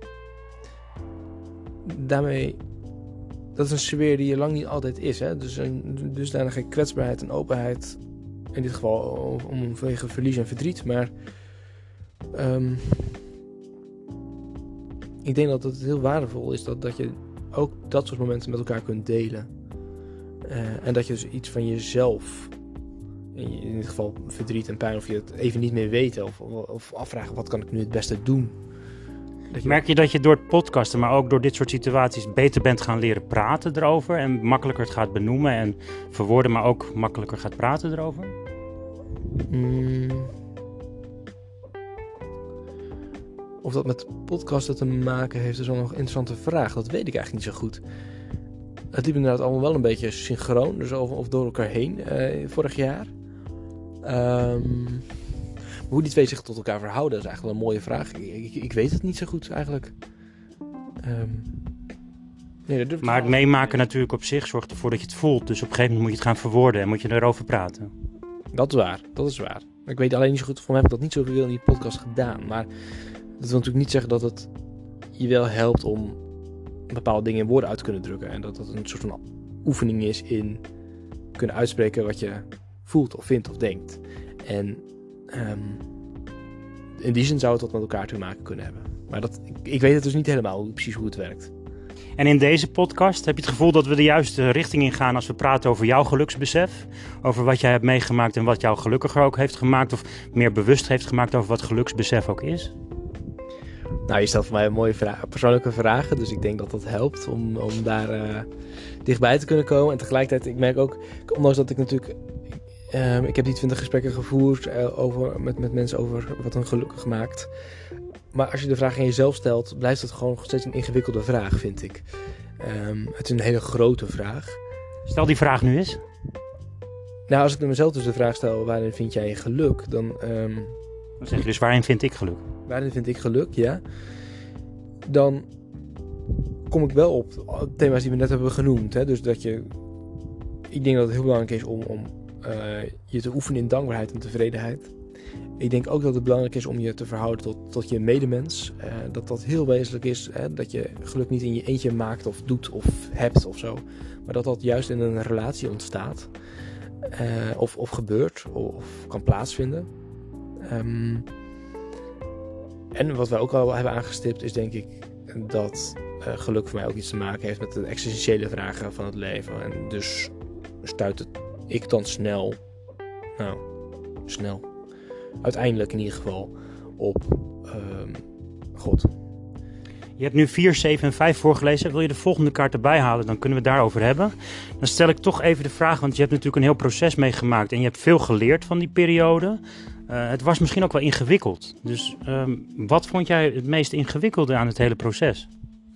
daarmee... Dat is een sfeer die er lang niet altijd is. Hè? Dus een dusdanige kwetsbaarheid en openheid. In dit geval om vanwege verlies en verdriet. Maar... Um, ik denk dat het heel waardevol is dat, dat je ook dat soort momenten met elkaar kunt delen. Uh, en dat je dus iets van jezelf, in, in dit geval verdriet en pijn, of je het even niet meer weet, of, of afvragen wat kan ik nu het beste doen. Dat je... Merk je dat je door het podcasten, maar ook door dit soort situaties beter bent gaan leren praten erover en makkelijker het gaat benoemen en verwoorden, maar ook makkelijker gaat praten erover? Mm. Of dat met podcasten te maken heeft, is wel nog een interessante vraag. Dat weet ik eigenlijk niet zo goed. Het liep inderdaad allemaal wel een beetje synchroon, dus over, of door elkaar heen uh, vorig jaar. Um, hoe die twee zich tot elkaar verhouden is eigenlijk wel een mooie vraag. Ik, ik, ik weet het niet zo goed eigenlijk. Um, nee, dat maar het meemaken natuurlijk op zich zorgt ervoor dat je het voelt. Dus op een gegeven moment moet je het gaan verwoorden en moet je erover praten. Dat is waar, dat is waar. Ik weet alleen niet zo goed, van mij heb ik dat niet zoveel in die podcast gedaan. Maar dat wil natuurlijk niet zeggen dat het je wel helpt om bepaalde dingen in woorden uit te kunnen drukken. En dat dat een soort van oefening is in kunnen uitspreken wat je voelt of vindt of denkt. En um, in die zin zou het wat met elkaar te maken kunnen hebben. Maar dat, ik, ik weet het dus niet helemaal hoe, precies hoe het werkt. En in deze podcast heb je het gevoel dat we de juiste richting ingaan als we praten over jouw geluksbesef? Over wat jij hebt meegemaakt en wat jou gelukkiger ook heeft gemaakt? Of meer bewust heeft gemaakt over wat geluksbesef ook is? Nou, je stelt voor mij een mooie vraag, persoonlijke vragen. Dus ik denk dat dat helpt om, om daar uh, dichtbij te kunnen komen. En tegelijkertijd, ik merk ook, ondanks dat ik natuurlijk... Uh, ik heb die twintig gesprekken gevoerd uh, over, met, met mensen over wat hen gelukkig maakt. Maar als je de vraag aan jezelf stelt, blijft het gewoon nog steeds een ingewikkelde vraag, vind ik. Um, het is een hele grote vraag. Stel die vraag nu eens. Nou, als ik mezelf dus de vraag stel, waarin vind jij je geluk? Dan, um, dan zeg je dus, waarin vind ik geluk? Waarin vind ik geluk, ja. Dan kom ik wel op thema's die we net hebben genoemd. Hè? Dus dat je... Ik denk dat het heel belangrijk is om, om uh, je te oefenen in dankbaarheid en tevredenheid. Ik denk ook dat het belangrijk is om je te verhouden tot, tot je medemens. Uh, dat dat heel wezenlijk is. Hè? Dat je geluk niet in je eentje maakt of doet of hebt of zo. Maar dat dat juist in een relatie ontstaat. Uh, of, of gebeurt of, of kan plaatsvinden. Um, en wat wij ook al hebben aangestipt is denk ik dat uh, geluk voor mij ook iets te maken heeft met de existentiële vragen van het leven. En dus stuit het ik dan snel, nou, snel, uiteindelijk in ieder geval op um, God. Je hebt nu vier, zeven en vijf voorgelezen. Wil je de volgende kaart erbij halen, dan kunnen we het daarover hebben. Dan stel ik toch even de vraag, want je hebt natuurlijk een heel proces meegemaakt en je hebt veel geleerd van die periode. Uh, het was misschien ook wel ingewikkeld. Dus um, wat vond jij het meest ingewikkelde aan het hele proces?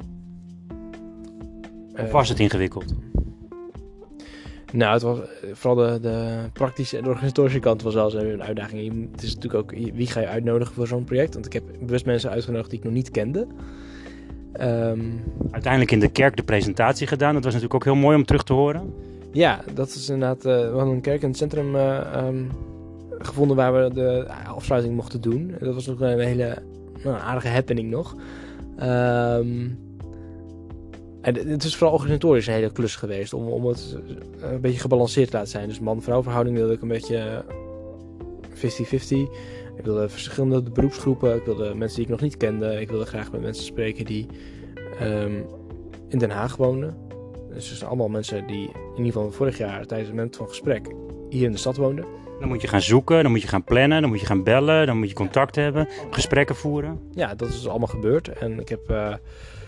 Of uh, was het ingewikkeld? Nou, het was vooral de, de praktische en organisatorische kant was wel een uitdaging. Het is natuurlijk ook, wie ga je uitnodigen voor zo'n project? Want ik heb bewust mensen uitgenodigd die ik nog niet kende. Um, Uiteindelijk in de kerk de presentatie gedaan. Dat was natuurlijk ook heel mooi om terug te horen. Ja, dat is inderdaad... Uh, we hadden een kerk in het centrum uh, um, gevonden waar we de afsluiting mochten doen. Dat was nog een hele nou, aardige happening nog. Um, en het is vooral organisatorisch een hele klus geweest om, om het een beetje gebalanceerd te laten zijn. Dus man-vrouw verhouding wilde ik een beetje vijftig vijftig. Ik wilde verschillende beroepsgroepen. Ik wilde mensen die ik nog niet kende. Ik wilde graag met mensen spreken die um, in Den Haag woonden. Dus het zijn allemaal mensen die in ieder geval vorig jaar tijdens het moment van gesprek hier in de stad woonden. Dan moet je gaan zoeken, dan moet je gaan plannen, dan moet je gaan bellen, dan moet je contact hebben, gesprekken voeren. Ja, dat is allemaal gebeurd. En ik heb uh,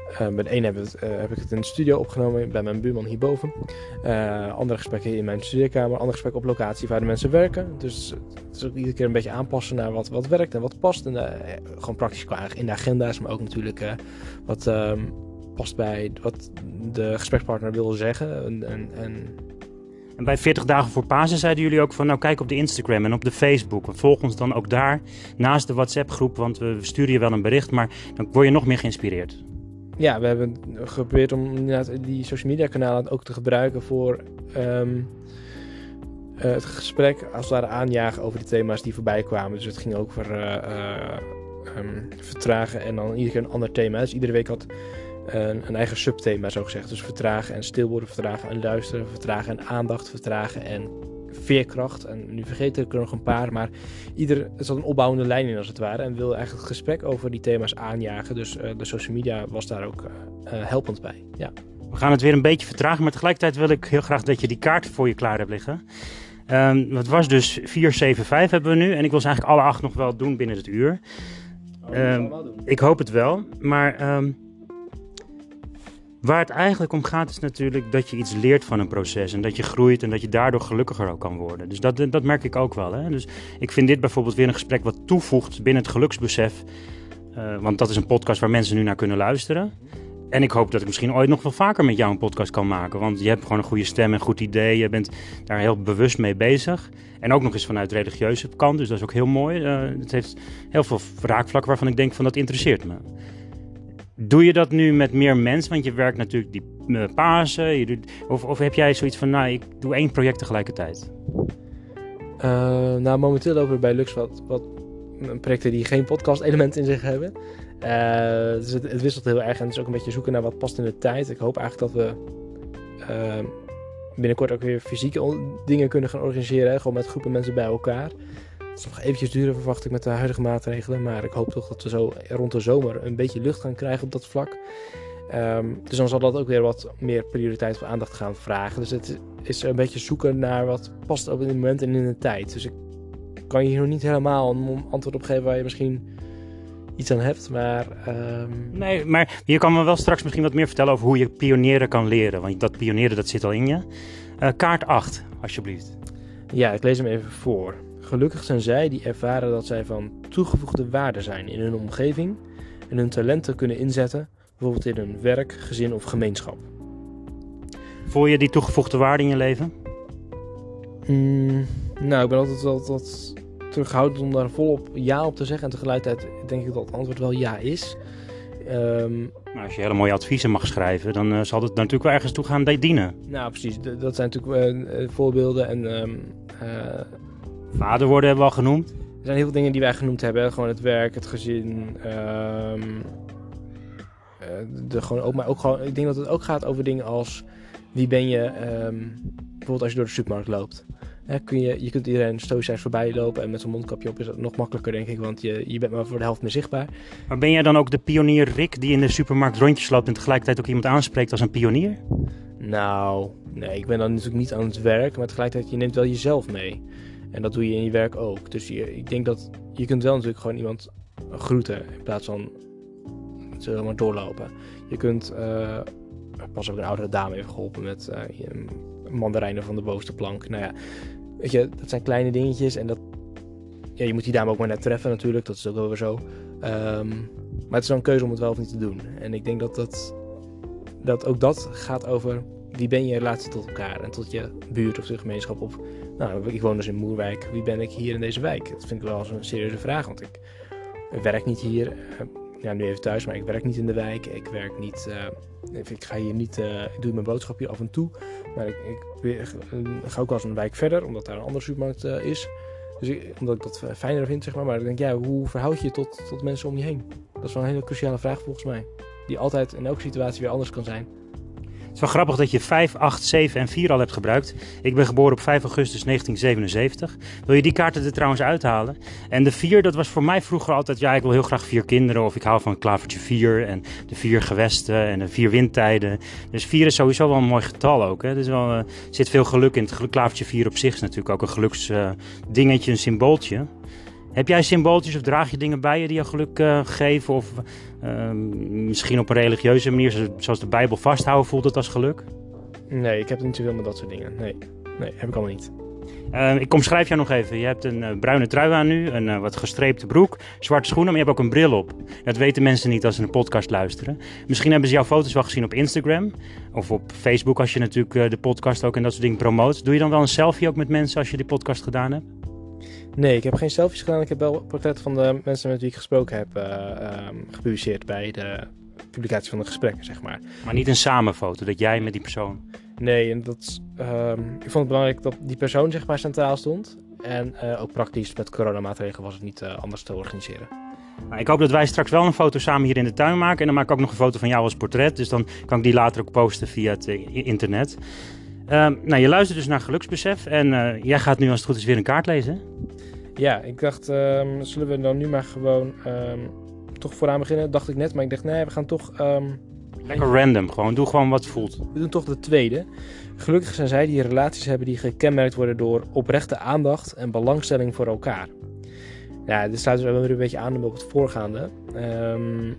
Uh, bij de ene heb, het, uh, heb ik het in de studio opgenomen, bij mijn buurman hierboven. Uh, andere gesprekken in mijn studeerkamer, andere gesprekken op locatie waar de mensen werken. Dus het is ook iedere keer een beetje aanpassen naar wat, wat werkt en wat past. En, uh, gewoon praktisch qua in de agenda's, maar ook natuurlijk uh, wat uh, past bij wat de gesprekspartner wil zeggen. En, en, en... en bij veertig dagen voor Pasen zeiden jullie ook van, nou kijk op de Instagram en op de Facebook. Volg ons dan ook daar, naast de WhatsApp groep, want we sturen je wel een bericht, maar dan word je nog meer geïnspireerd. Ja, we hebben geprobeerd om inderdaad die social media kanalen ook te gebruiken voor um, uh, het gesprek als het ware aanjagen over de thema's die voorbij kwamen. Dus het ging ook over uh, uh, um, vertragen en dan iedere keer een ander thema. Dus iedere week had een, een eigen subthema zo gezegd. Dus vertragen en stil worden, vertragen en luisteren, vertragen en aandacht, vertragen en veerkracht. En nu vergeet ik er nog een paar, maar ieder, er zat een opbouwende lijn in als het ware. En we wilden eigenlijk het gesprek over die thema's aanjagen. Dus uh, de social media was daar ook uh, uh, helpend bij. Ja. We gaan het weer een beetje vertragen, maar tegelijkertijd wil ik heel graag dat je die kaart voor je klaar hebt liggen. Um, het was dus vier zeven vijf hebben we nu en ik wil ze eigenlijk alle acht nog wel doen binnen het uur. Oh, um, ik hoop het wel, maar um, waar het eigenlijk om gaat is natuurlijk dat je iets leert van een proces en dat je groeit en dat je daardoor gelukkiger ook kan worden. Dus dat, dat merk ik ook wel. Hè? Dus ik vind dit bijvoorbeeld weer een gesprek wat toevoegt binnen het geluksbesef. Uh, want dat is een podcast waar mensen nu naar kunnen luisteren. En ik hoop dat ik misschien ooit nog wel vaker met jou een podcast kan maken. Want je hebt gewoon een goede stem en een goed idee. Je bent daar heel bewust mee bezig. En ook nog eens vanuit religieuze kant. Dus dat is ook heel mooi. Uh, het heeft heel veel raakvlakken waarvan ik denk van dat interesseert me. Doe je dat nu met meer mensen? Want je werkt natuurlijk die uh, Pasen. Je doet, of, of heb jij zoiets van, nou, ik doe één project tegelijkertijd? Uh, nou, momenteel lopen er bij Lux wat, wat projecten die geen podcast-element in zich hebben. Uh, dus het, het wisselt heel erg en het is ook een beetje zoeken naar wat past in de tijd. Ik hoop eigenlijk dat we uh, binnenkort ook weer fysieke dingen kunnen gaan organiseren. Hè? Gewoon met groepen mensen bij elkaar. Het zal nog eventjes duren, verwacht ik, met de huidige maatregelen. Maar ik hoop toch dat we zo rond de zomer een beetje lucht gaan krijgen op dat vlak. Um, dus dan zal dat ook weer wat meer prioriteit of aandacht gaan vragen. Dus het is een beetje zoeken naar wat past op dit moment en in de tijd. Dus ik kan je hier nog niet helemaal een antwoord op geven waar je misschien iets aan hebt, maar... Um... Nee, maar je kan me wel straks misschien wat meer vertellen over hoe je pionieren kan leren. Want dat pionieren, dat zit al in je. Uh, kaart acht, alsjeblieft. Ja, ik lees hem even voor. Gelukkig zijn zij die ervaren dat zij van toegevoegde waarde zijn in hun omgeving en hun talenten kunnen inzetten, bijvoorbeeld in hun werk, gezin of gemeenschap. Voel je die toegevoegde waarde in je leven? Mm, nou, ik ben altijd wel wat terughoudend om daar volop ja op te zeggen. En tegelijkertijd denk ik dat het antwoord wel ja is. Um, nou, als je hele mooie adviezen mag schrijven, dan uh, zal het natuurlijk wel ergens toe gaan dienen. Nou, precies. D- dat zijn natuurlijk uh, voorbeelden. En, um, uh, Vader worden hebben we al genoemd. Er zijn heel veel dingen die wij genoemd hebben. Gewoon het werk, het gezin. Um, uh, de, gewoon ook, maar ook gewoon, ik denk dat het ook gaat over dingen als wie ben je, um, bijvoorbeeld als je door de supermarkt loopt. Hè, kun je, je kunt iedereen stoïcijns voorbij lopen en met zo'n mondkapje op is dat nog makkelijker, denk ik, want je, je bent maar voor de helft meer zichtbaar. Maar ben jij dan ook de pionier Rick die in de supermarkt rondjes loopt en tegelijkertijd ook iemand aanspreekt als een pionier? Nou, nee, ik ben dan natuurlijk niet aan het werk, maar tegelijkertijd je neemt wel jezelf mee. En dat doe je in je werk ook. Dus je, ik denk dat je kunt wel natuurlijk gewoon iemand groeten in plaats van zo maar doorlopen. Je kunt, uh, pas heb ik een oudere dame even geholpen met uh, mandarijnen van de bovenste plank. Nou ja, weet je, dat zijn kleine dingetjes en dat, ja, je moet die dame ook maar net treffen natuurlijk, dat is ook wel weer zo. Um, maar het is wel een keuze om het wel of niet te doen. En ik denk dat, dat, dat ook dat gaat over wie ben je in relatie tot elkaar en tot je buurt of de gemeenschap. Of, nou, ik woon dus in Moerwijk, wie ben ik hier in deze wijk? Dat vind ik wel eens een serieuze vraag, want ik werk niet hier, uh, ja, nu even thuis, maar ik werk niet in de wijk. Ik werk niet, uh, ik ga hier niet, uh, ik doe mijn boodschap hier af en toe, maar ik, ik, ik ga ook wel eens een wijk verder, omdat daar een andere supermarkt uh, is. Dus ik, omdat ik dat fijner vind, zeg maar. Maar ik denk, ja, hoe verhoud je je tot, tot mensen om je heen? Dat is wel een hele cruciale vraag volgens mij. Die altijd in elke situatie weer anders kan zijn. Het is wel grappig dat je vijf, acht, zeven en vier al hebt gebruikt. Ik ben geboren op vijf augustus negentien zevenenzeventig. Wil je die kaarten er trouwens uithalen? En de vier, dat was voor mij vroeger altijd, ja, ik wil heel graag vier kinderen. Of ik hou van een klavertje vier en de vier gewesten en de vier windtijden. Dus vier is sowieso wel een mooi getal ook. Hè? Er uh, zit veel geluk in. Het klavertje vier op zich is natuurlijk ook een geluksdingetje, uh, een symbooltje. Heb jij symbooltjes of draag je dingen bij je die je geluk uh, geven? Of uh, misschien op een religieuze manier, zoals de Bijbel vasthouden, voelt het als geluk? Nee, ik heb niet zoveel met dat soort dingen. Nee, nee heb ik allemaal niet. Uh, ik omschrijf jou nog even. Je hebt een uh, bruine trui aan nu, een uh, wat gestreepte broek, zwarte schoenen, maar je hebt ook een bril op. Dat weten mensen niet als ze een podcast luisteren. Misschien hebben ze jouw foto's wel gezien op Instagram of op Facebook als je natuurlijk uh, de podcast ook en dat soort dingen promoot. Doe je dan wel een selfie ook met mensen als je die podcast gedaan hebt? Nee, ik heb geen selfies gedaan. Ik heb wel portretten van de mensen met wie ik gesproken heb uh, um, gepubliceerd bij de publicatie van de gesprekken, zeg maar. Maar niet een samenfoto, dat jij met die persoon... Nee, en dat, um, ik vond het belangrijk dat die persoon zeg maar centraal stond. En uh, ook praktisch met coronamaatregelen was het niet uh, anders te organiseren. Nou, ik hoop dat wij straks wel een foto samen hier in de tuin maken. En dan maak ik ook nog een foto van jou als portret. Dus dan kan ik die later ook posten via het uh, internet. Uh, nou, je luistert dus naar Geluksbesef. En uh, jij gaat nu als het goed is weer een kaart lezen. Ja, ik dacht, um, zullen we dan nu maar gewoon um, toch vooraan beginnen? Dacht ik net, maar ik dacht, nee, we gaan toch... Um, Lekker random, gewoon. Doe gewoon wat voelt. We doen toch de tweede. Gelukkig zijn zij die relaties hebben die gekenmerkt worden door oprechte aandacht en belangstelling voor elkaar. Ja, dit sluit dus wel weer een beetje aan op het voorgaande. Um,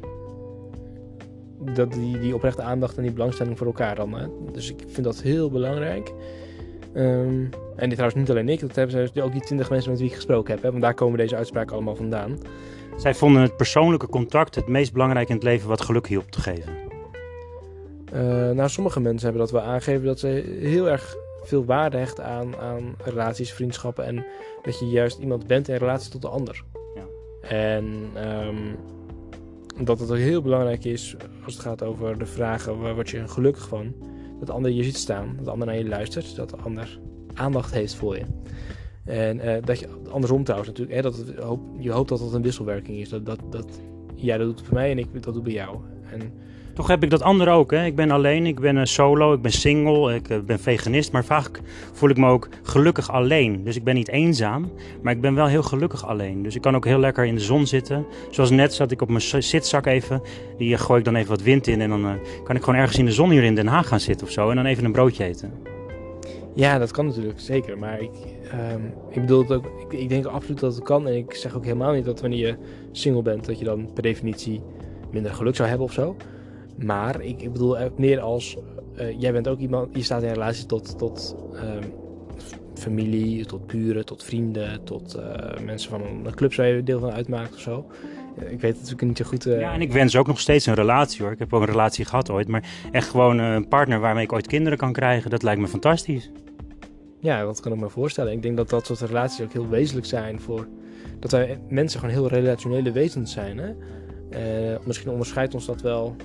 dat die, die oprechte aandacht en die belangstelling voor elkaar dan. Hè? Dus ik vind dat heel belangrijk. Um, en dit trouwens niet alleen ik, dat hebben ze ook die twintig mensen met wie ik gesproken heb. Hè? Want daar komen deze uitspraken allemaal vandaan. Zij vonden het persoonlijke contact het meest belangrijk in het leven wat geluk hielp te geven. Uh, nou, sommige mensen hebben dat wel aangegeven dat ze heel erg veel waarde hechten aan, aan relaties, vriendschappen. En dat je juist iemand bent in relatie tot de ander. Ja. En um, dat het ook heel belangrijk is als het gaat over de vragen, waar word je gelukkig van? Dat de ander je ziet staan, dat de ander naar je luistert, dat de ander aandacht heeft voor je. En uh, dat je, andersom trouwens natuurlijk, hè, dat het, hoop, je hoopt dat dat een wisselwerking is. Dat, dat, dat jij dat doet voor mij en ik dat doe bij jou. En, toch heb ik dat andere ook. Hè? Ik ben alleen, ik ben solo, ik ben single, ik uh, ben veganist. Maar vaak voel ik me ook gelukkig alleen. Dus ik ben niet eenzaam, maar ik ben wel heel gelukkig alleen. Dus ik kan ook heel lekker in de zon zitten. Zoals net zat ik op mijn zitzak even. Die uh, gooi ik dan even wat wind in. En dan uh, kan ik gewoon ergens in de zon hier in Den Haag gaan zitten of zo. En dan even een broodje eten. Ja, dat kan natuurlijk, zeker. Maar ik, um, ik bedoel het ook, ik, ik denk absoluut dat het kan. En ik zeg ook helemaal niet dat wanneer je single bent, dat je dan per definitie minder geluk zou hebben of zo. Maar ik, ik bedoel ook meer als, uh, jij bent ook iemand, je staat in relatie tot, tot um, familie, tot buren, tot vrienden, tot uh, mensen van een club waar je deel van uitmaakt of zo. Uh, ik weet het natuurlijk niet zo goed. Uh... Ja, en ik wens ook nog steeds een relatie hoor. Ik heb ook een relatie gehad ooit, maar echt gewoon een partner waarmee ik ooit kinderen kan krijgen, dat lijkt me fantastisch. Ja, dat kan ik me voorstellen. Ik denk dat dat soort relaties ook heel wezenlijk zijn voor, dat wij mensen gewoon heel relationele wezens zijn. Hè? Uh, misschien onderscheidt ons dat wel.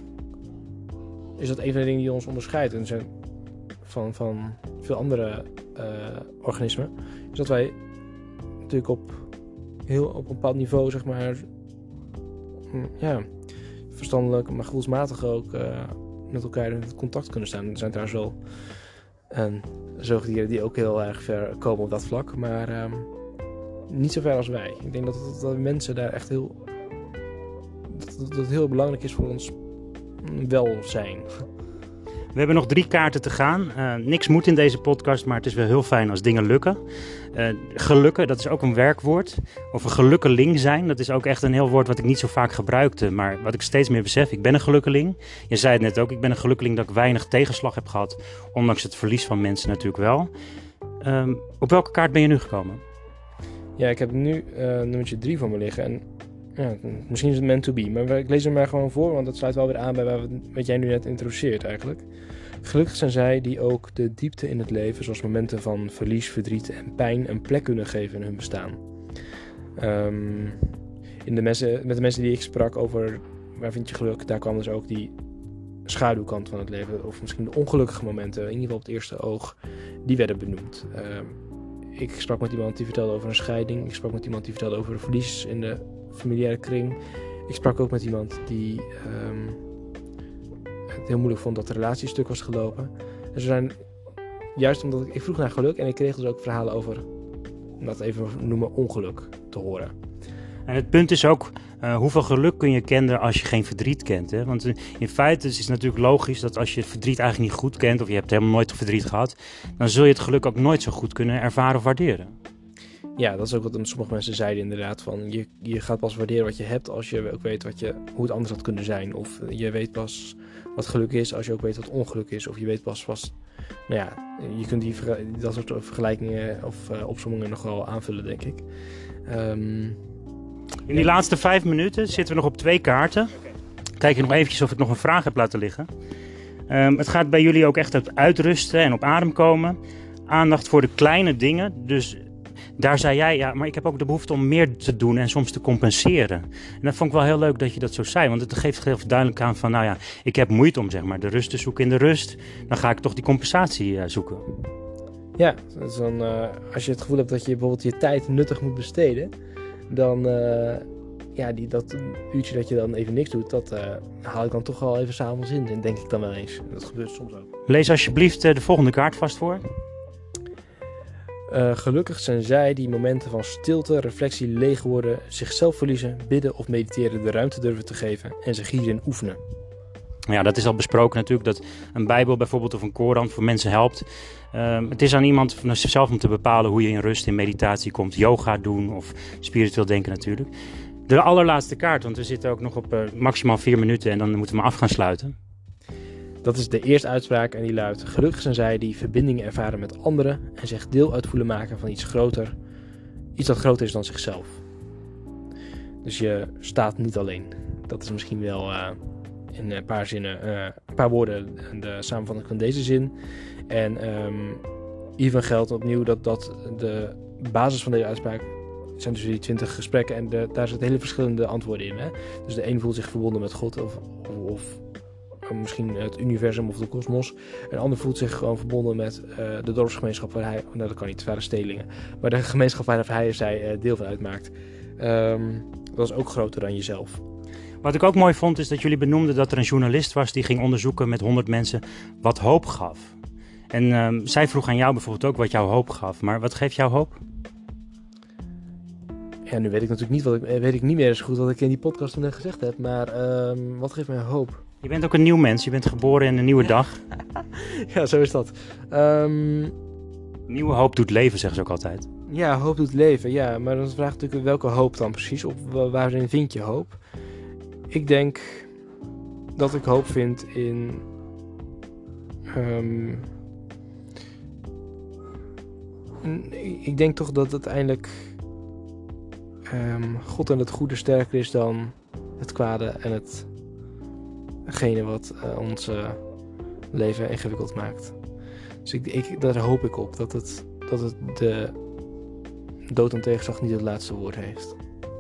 Is dat een van de dingen die ons onderscheidt en zijn van, van veel andere uh, organismen, is dat wij natuurlijk op heel op een bepaald niveau, zeg maar, ja, verstandelijk, maar gevoelsmatig ook uh, met elkaar in contact kunnen staan. Er zijn trouwens wel um, zoogdieren die ook heel erg ver komen op dat vlak, maar um, niet zo ver als wij. Ik denk dat, dat, dat mensen daar echt heel, dat, dat het heel belangrijk is voor ons welzijn. We hebben nog drie kaarten te gaan. Uh, niks moet in deze podcast, maar het is wel heel fijn als dingen lukken. Uh, gelukken, dat is ook een werkwoord. Of een gelukkeling zijn, dat is ook echt een heel woord wat ik niet zo vaak gebruikte. Maar wat ik steeds meer besef, ik ben een gelukkeling. Je zei het net ook, ik ben een gelukkeling dat ik weinig tegenslag heb gehad. Ondanks het verlies van mensen natuurlijk wel. Um, op welke kaart ben je nu gekomen? Ja, ik heb nu uh, nummertje drie voor me liggen. En ja, misschien is het meant to be, maar ik lees hem maar gewoon voor, want dat sluit wel weer aan bij wat jij nu net introduceert eigenlijk. Gelukkig zijn zij die ook de diepte in het leven, zoals momenten van verlies, verdriet en pijn, een plek kunnen geven in hun bestaan. Um, in de mensen, met de mensen die ik sprak over waar vind je geluk, daar kwam dus ook die schaduwkant van het leven, of misschien de ongelukkige momenten, in ieder geval op het eerste oog, die werden benoemd. Um, ik sprak met iemand die vertelde over een scheiding, ik sprak met iemand die vertelde over een verlies in de familiaire kring. Ik sprak ook met iemand die um, het heel moeilijk vond dat de relatie stuk was gelopen. En ze zijn, juist omdat ik, ik vroeg naar geluk en ik kreeg dus ook verhalen over, om dat even noemen, ongeluk te horen. En het punt is ook, uh, hoeveel geluk kun je kennen als je geen verdriet kent? Hè? Want uh, in feite is het natuurlijk logisch dat als je het verdriet eigenlijk niet goed kent, of je hebt helemaal nooit verdriet gehad, dan zul je het geluk ook nooit zo goed kunnen ervaren of waarderen. Ja, dat is ook wat sommige mensen zeiden inderdaad. Van je, je gaat pas waarderen wat je hebt als je ook weet wat je, hoe het anders had kunnen zijn. Of je weet pas wat geluk is als je ook weet wat ongeluk is. Of je weet pas vast... Nou ja, je kunt die, dat soort vergelijkingen of uh, opsommingen nog wel aanvullen, denk ik. Um, In die laatste vijf minuten zitten we nog op twee kaarten. Kijk je nog eventjes of ik nog een vraag heb laten liggen. Um, het gaat bij jullie ook echt op uitrusten en op adem komen. Aandacht voor de kleine dingen. Dus daar zei jij, ja, maar ik heb ook de behoefte om meer te doen en soms te compenseren. En dat vond ik wel heel leuk dat je dat zo zei. Want het geeft heel duidelijk aan van, nou ja, ik heb moeite om zeg maar de rust te zoeken in de rust. Dan ga ik toch die compensatie uh, zoeken. Ja, dus dan, uh, als je het gevoel hebt dat je bijvoorbeeld je tijd nuttig moet besteden, dan, uh, ja, die, dat uurtje dat je dan even niks doet, dat uh, haal ik dan toch wel even 's avonds in, denk ik dan wel eens. Dat gebeurt soms ook. Lees alsjeblieft uh, de volgende kaart vast voor. Uh, gelukkig zijn zij die momenten van stilte, reflectie, leeg worden, zichzelf verliezen, bidden of mediteren de ruimte durven te geven en zich hierin oefenen. Ja, dat is al besproken natuurlijk, dat een Bijbel bijvoorbeeld of een Koran voor mensen helpt. Uh, het is aan iemand zelf om te bepalen hoe je in rust, in meditatie komt. Yoga doen of spiritueel denken natuurlijk. De allerlaatste kaart, want we zitten ook nog op uh, maximaal vier minuten en dan moeten we af gaan sluiten. Dat is de eerste uitspraak en die luidt: gelukkig zijn zij die verbindingen ervaren met anderen en zich deel uit voelen maken van iets groter, iets dat groter is dan zichzelf. Dus je staat niet alleen. Dat is misschien wel uh, in een paar zinnen, uh, een paar woorden de samenvatting van deze zin. En um, hiervan geldt opnieuw dat, dat de basis van deze uitspraak zijn dus die twintig gesprekken en de, daar zitten hele verschillende antwoorden in. Hè? Dus de een voelt zich verbonden met God of, of, of misschien het universum of de kosmos. Een ander voelt zich gewoon verbonden met uh, de dorpsgemeenschap waar hij... Nou, dat kan niet, het waren stelingen. Maar de gemeenschap waar hij of zij uh, deel van uitmaakt. Um, dat is ook groter dan jezelf. Wat ik ook mooi vond is dat jullie benoemden dat er een journalist was die ging onderzoeken met honderd mensen wat hoop gaf. En um, zij vroeg aan jou bijvoorbeeld ook wat jouw hoop gaf. Maar wat geeft jouw hoop? Ja, nu weet ik natuurlijk niet, wat ik, weet ik niet meer zo goed wat ik in die podcast toen net gezegd heb. Maar um, wat geeft mij hoop? Je bent ook een nieuw mens. Je bent geboren in een nieuwe dag. Ja, zo is dat. Um, Nieuwe hoop doet leven, zeggen ze ook altijd. Ja, hoop doet leven. Ja, maar dan is de vraag natuurlijk welke hoop dan precies? Of waarin vind je hoop? Ik denk dat ik hoop vind in... Um, ik denk toch dat uiteindelijk um, God en het goede sterker is dan het kwade en het... Hetgene wat uh, ons uh, leven ingewikkeld maakt. Dus ik, ik, daar hoop ik op. Dat het, dat het de dood en tegenslag niet het laatste woord heeft.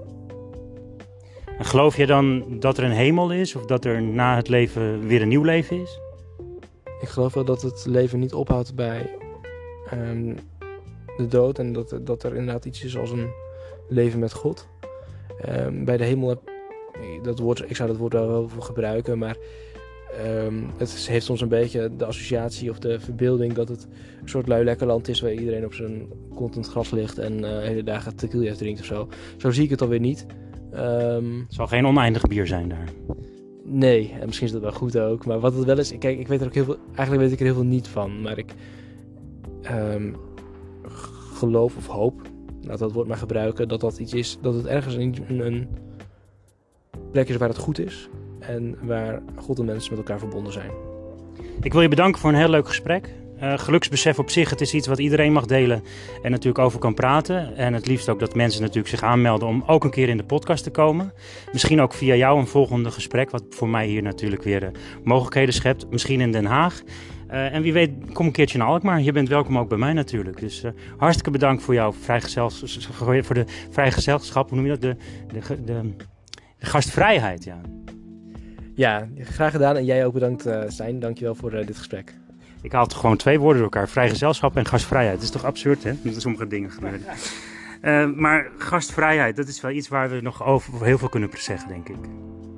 En geloof je dan dat er een hemel is? Of dat er na het leven weer een nieuw leven is? Ik geloof wel dat het leven niet ophoudt bij um, de dood. En dat, dat er inderdaad iets is als een leven met God. Um, bij de hemel heb Dat woord, ik zou dat woord wel wel voor gebruiken, maar um, het heeft soms een beetje de associatie of de verbeelding dat het een soort lui lekker land is waar iedereen op zijn kont in het gras ligt en uh, hele dagen tequila drinkt of zo. Zo zie ik het alweer niet. Um, het zal geen oneindig bier zijn daar. Nee, en misschien is dat wel goed ook, maar wat het wel is, kijk, ik weet er ook heel veel, eigenlijk weet ik er heel veel niet van, maar ik um, geloof of hoop, laat dat woord maar gebruiken, dat dat iets is, dat het ergens een, een plek is waar het goed is en waar God en mensen met elkaar verbonden zijn. Ik wil je bedanken voor een heel leuk gesprek. Uh, geluksbesef op zich, het is iets wat iedereen mag delen en natuurlijk over kan praten. En het liefst ook dat mensen natuurlijk zich aanmelden om ook een keer in de podcast te komen. Misschien ook via jou een volgende gesprek, wat voor mij hier natuurlijk weer uh, mogelijkheden schept. Misschien in Den Haag. Uh, en wie weet, kom een keertje naar Alkmaar. Je bent welkom ook bij mij natuurlijk. Dus uh, hartstikke bedankt voor jouw vrijgezels, voor de vrijgezelschap. Hoe noem je dat? De, de, de, de gastvrijheid, ja. Ja, graag gedaan. En jij ook bedankt, uh, Stijn. Dankjewel voor uh, dit gesprek. Ik haal toch gewoon twee woorden door elkaar. Vrijgezelschap en gastvrijheid. Dat is toch absurd, hè? Dat sommige dingen gebeuren. Uh, maar gastvrijheid, dat is wel iets waar we nog over heel veel kunnen zeggen, denk ik.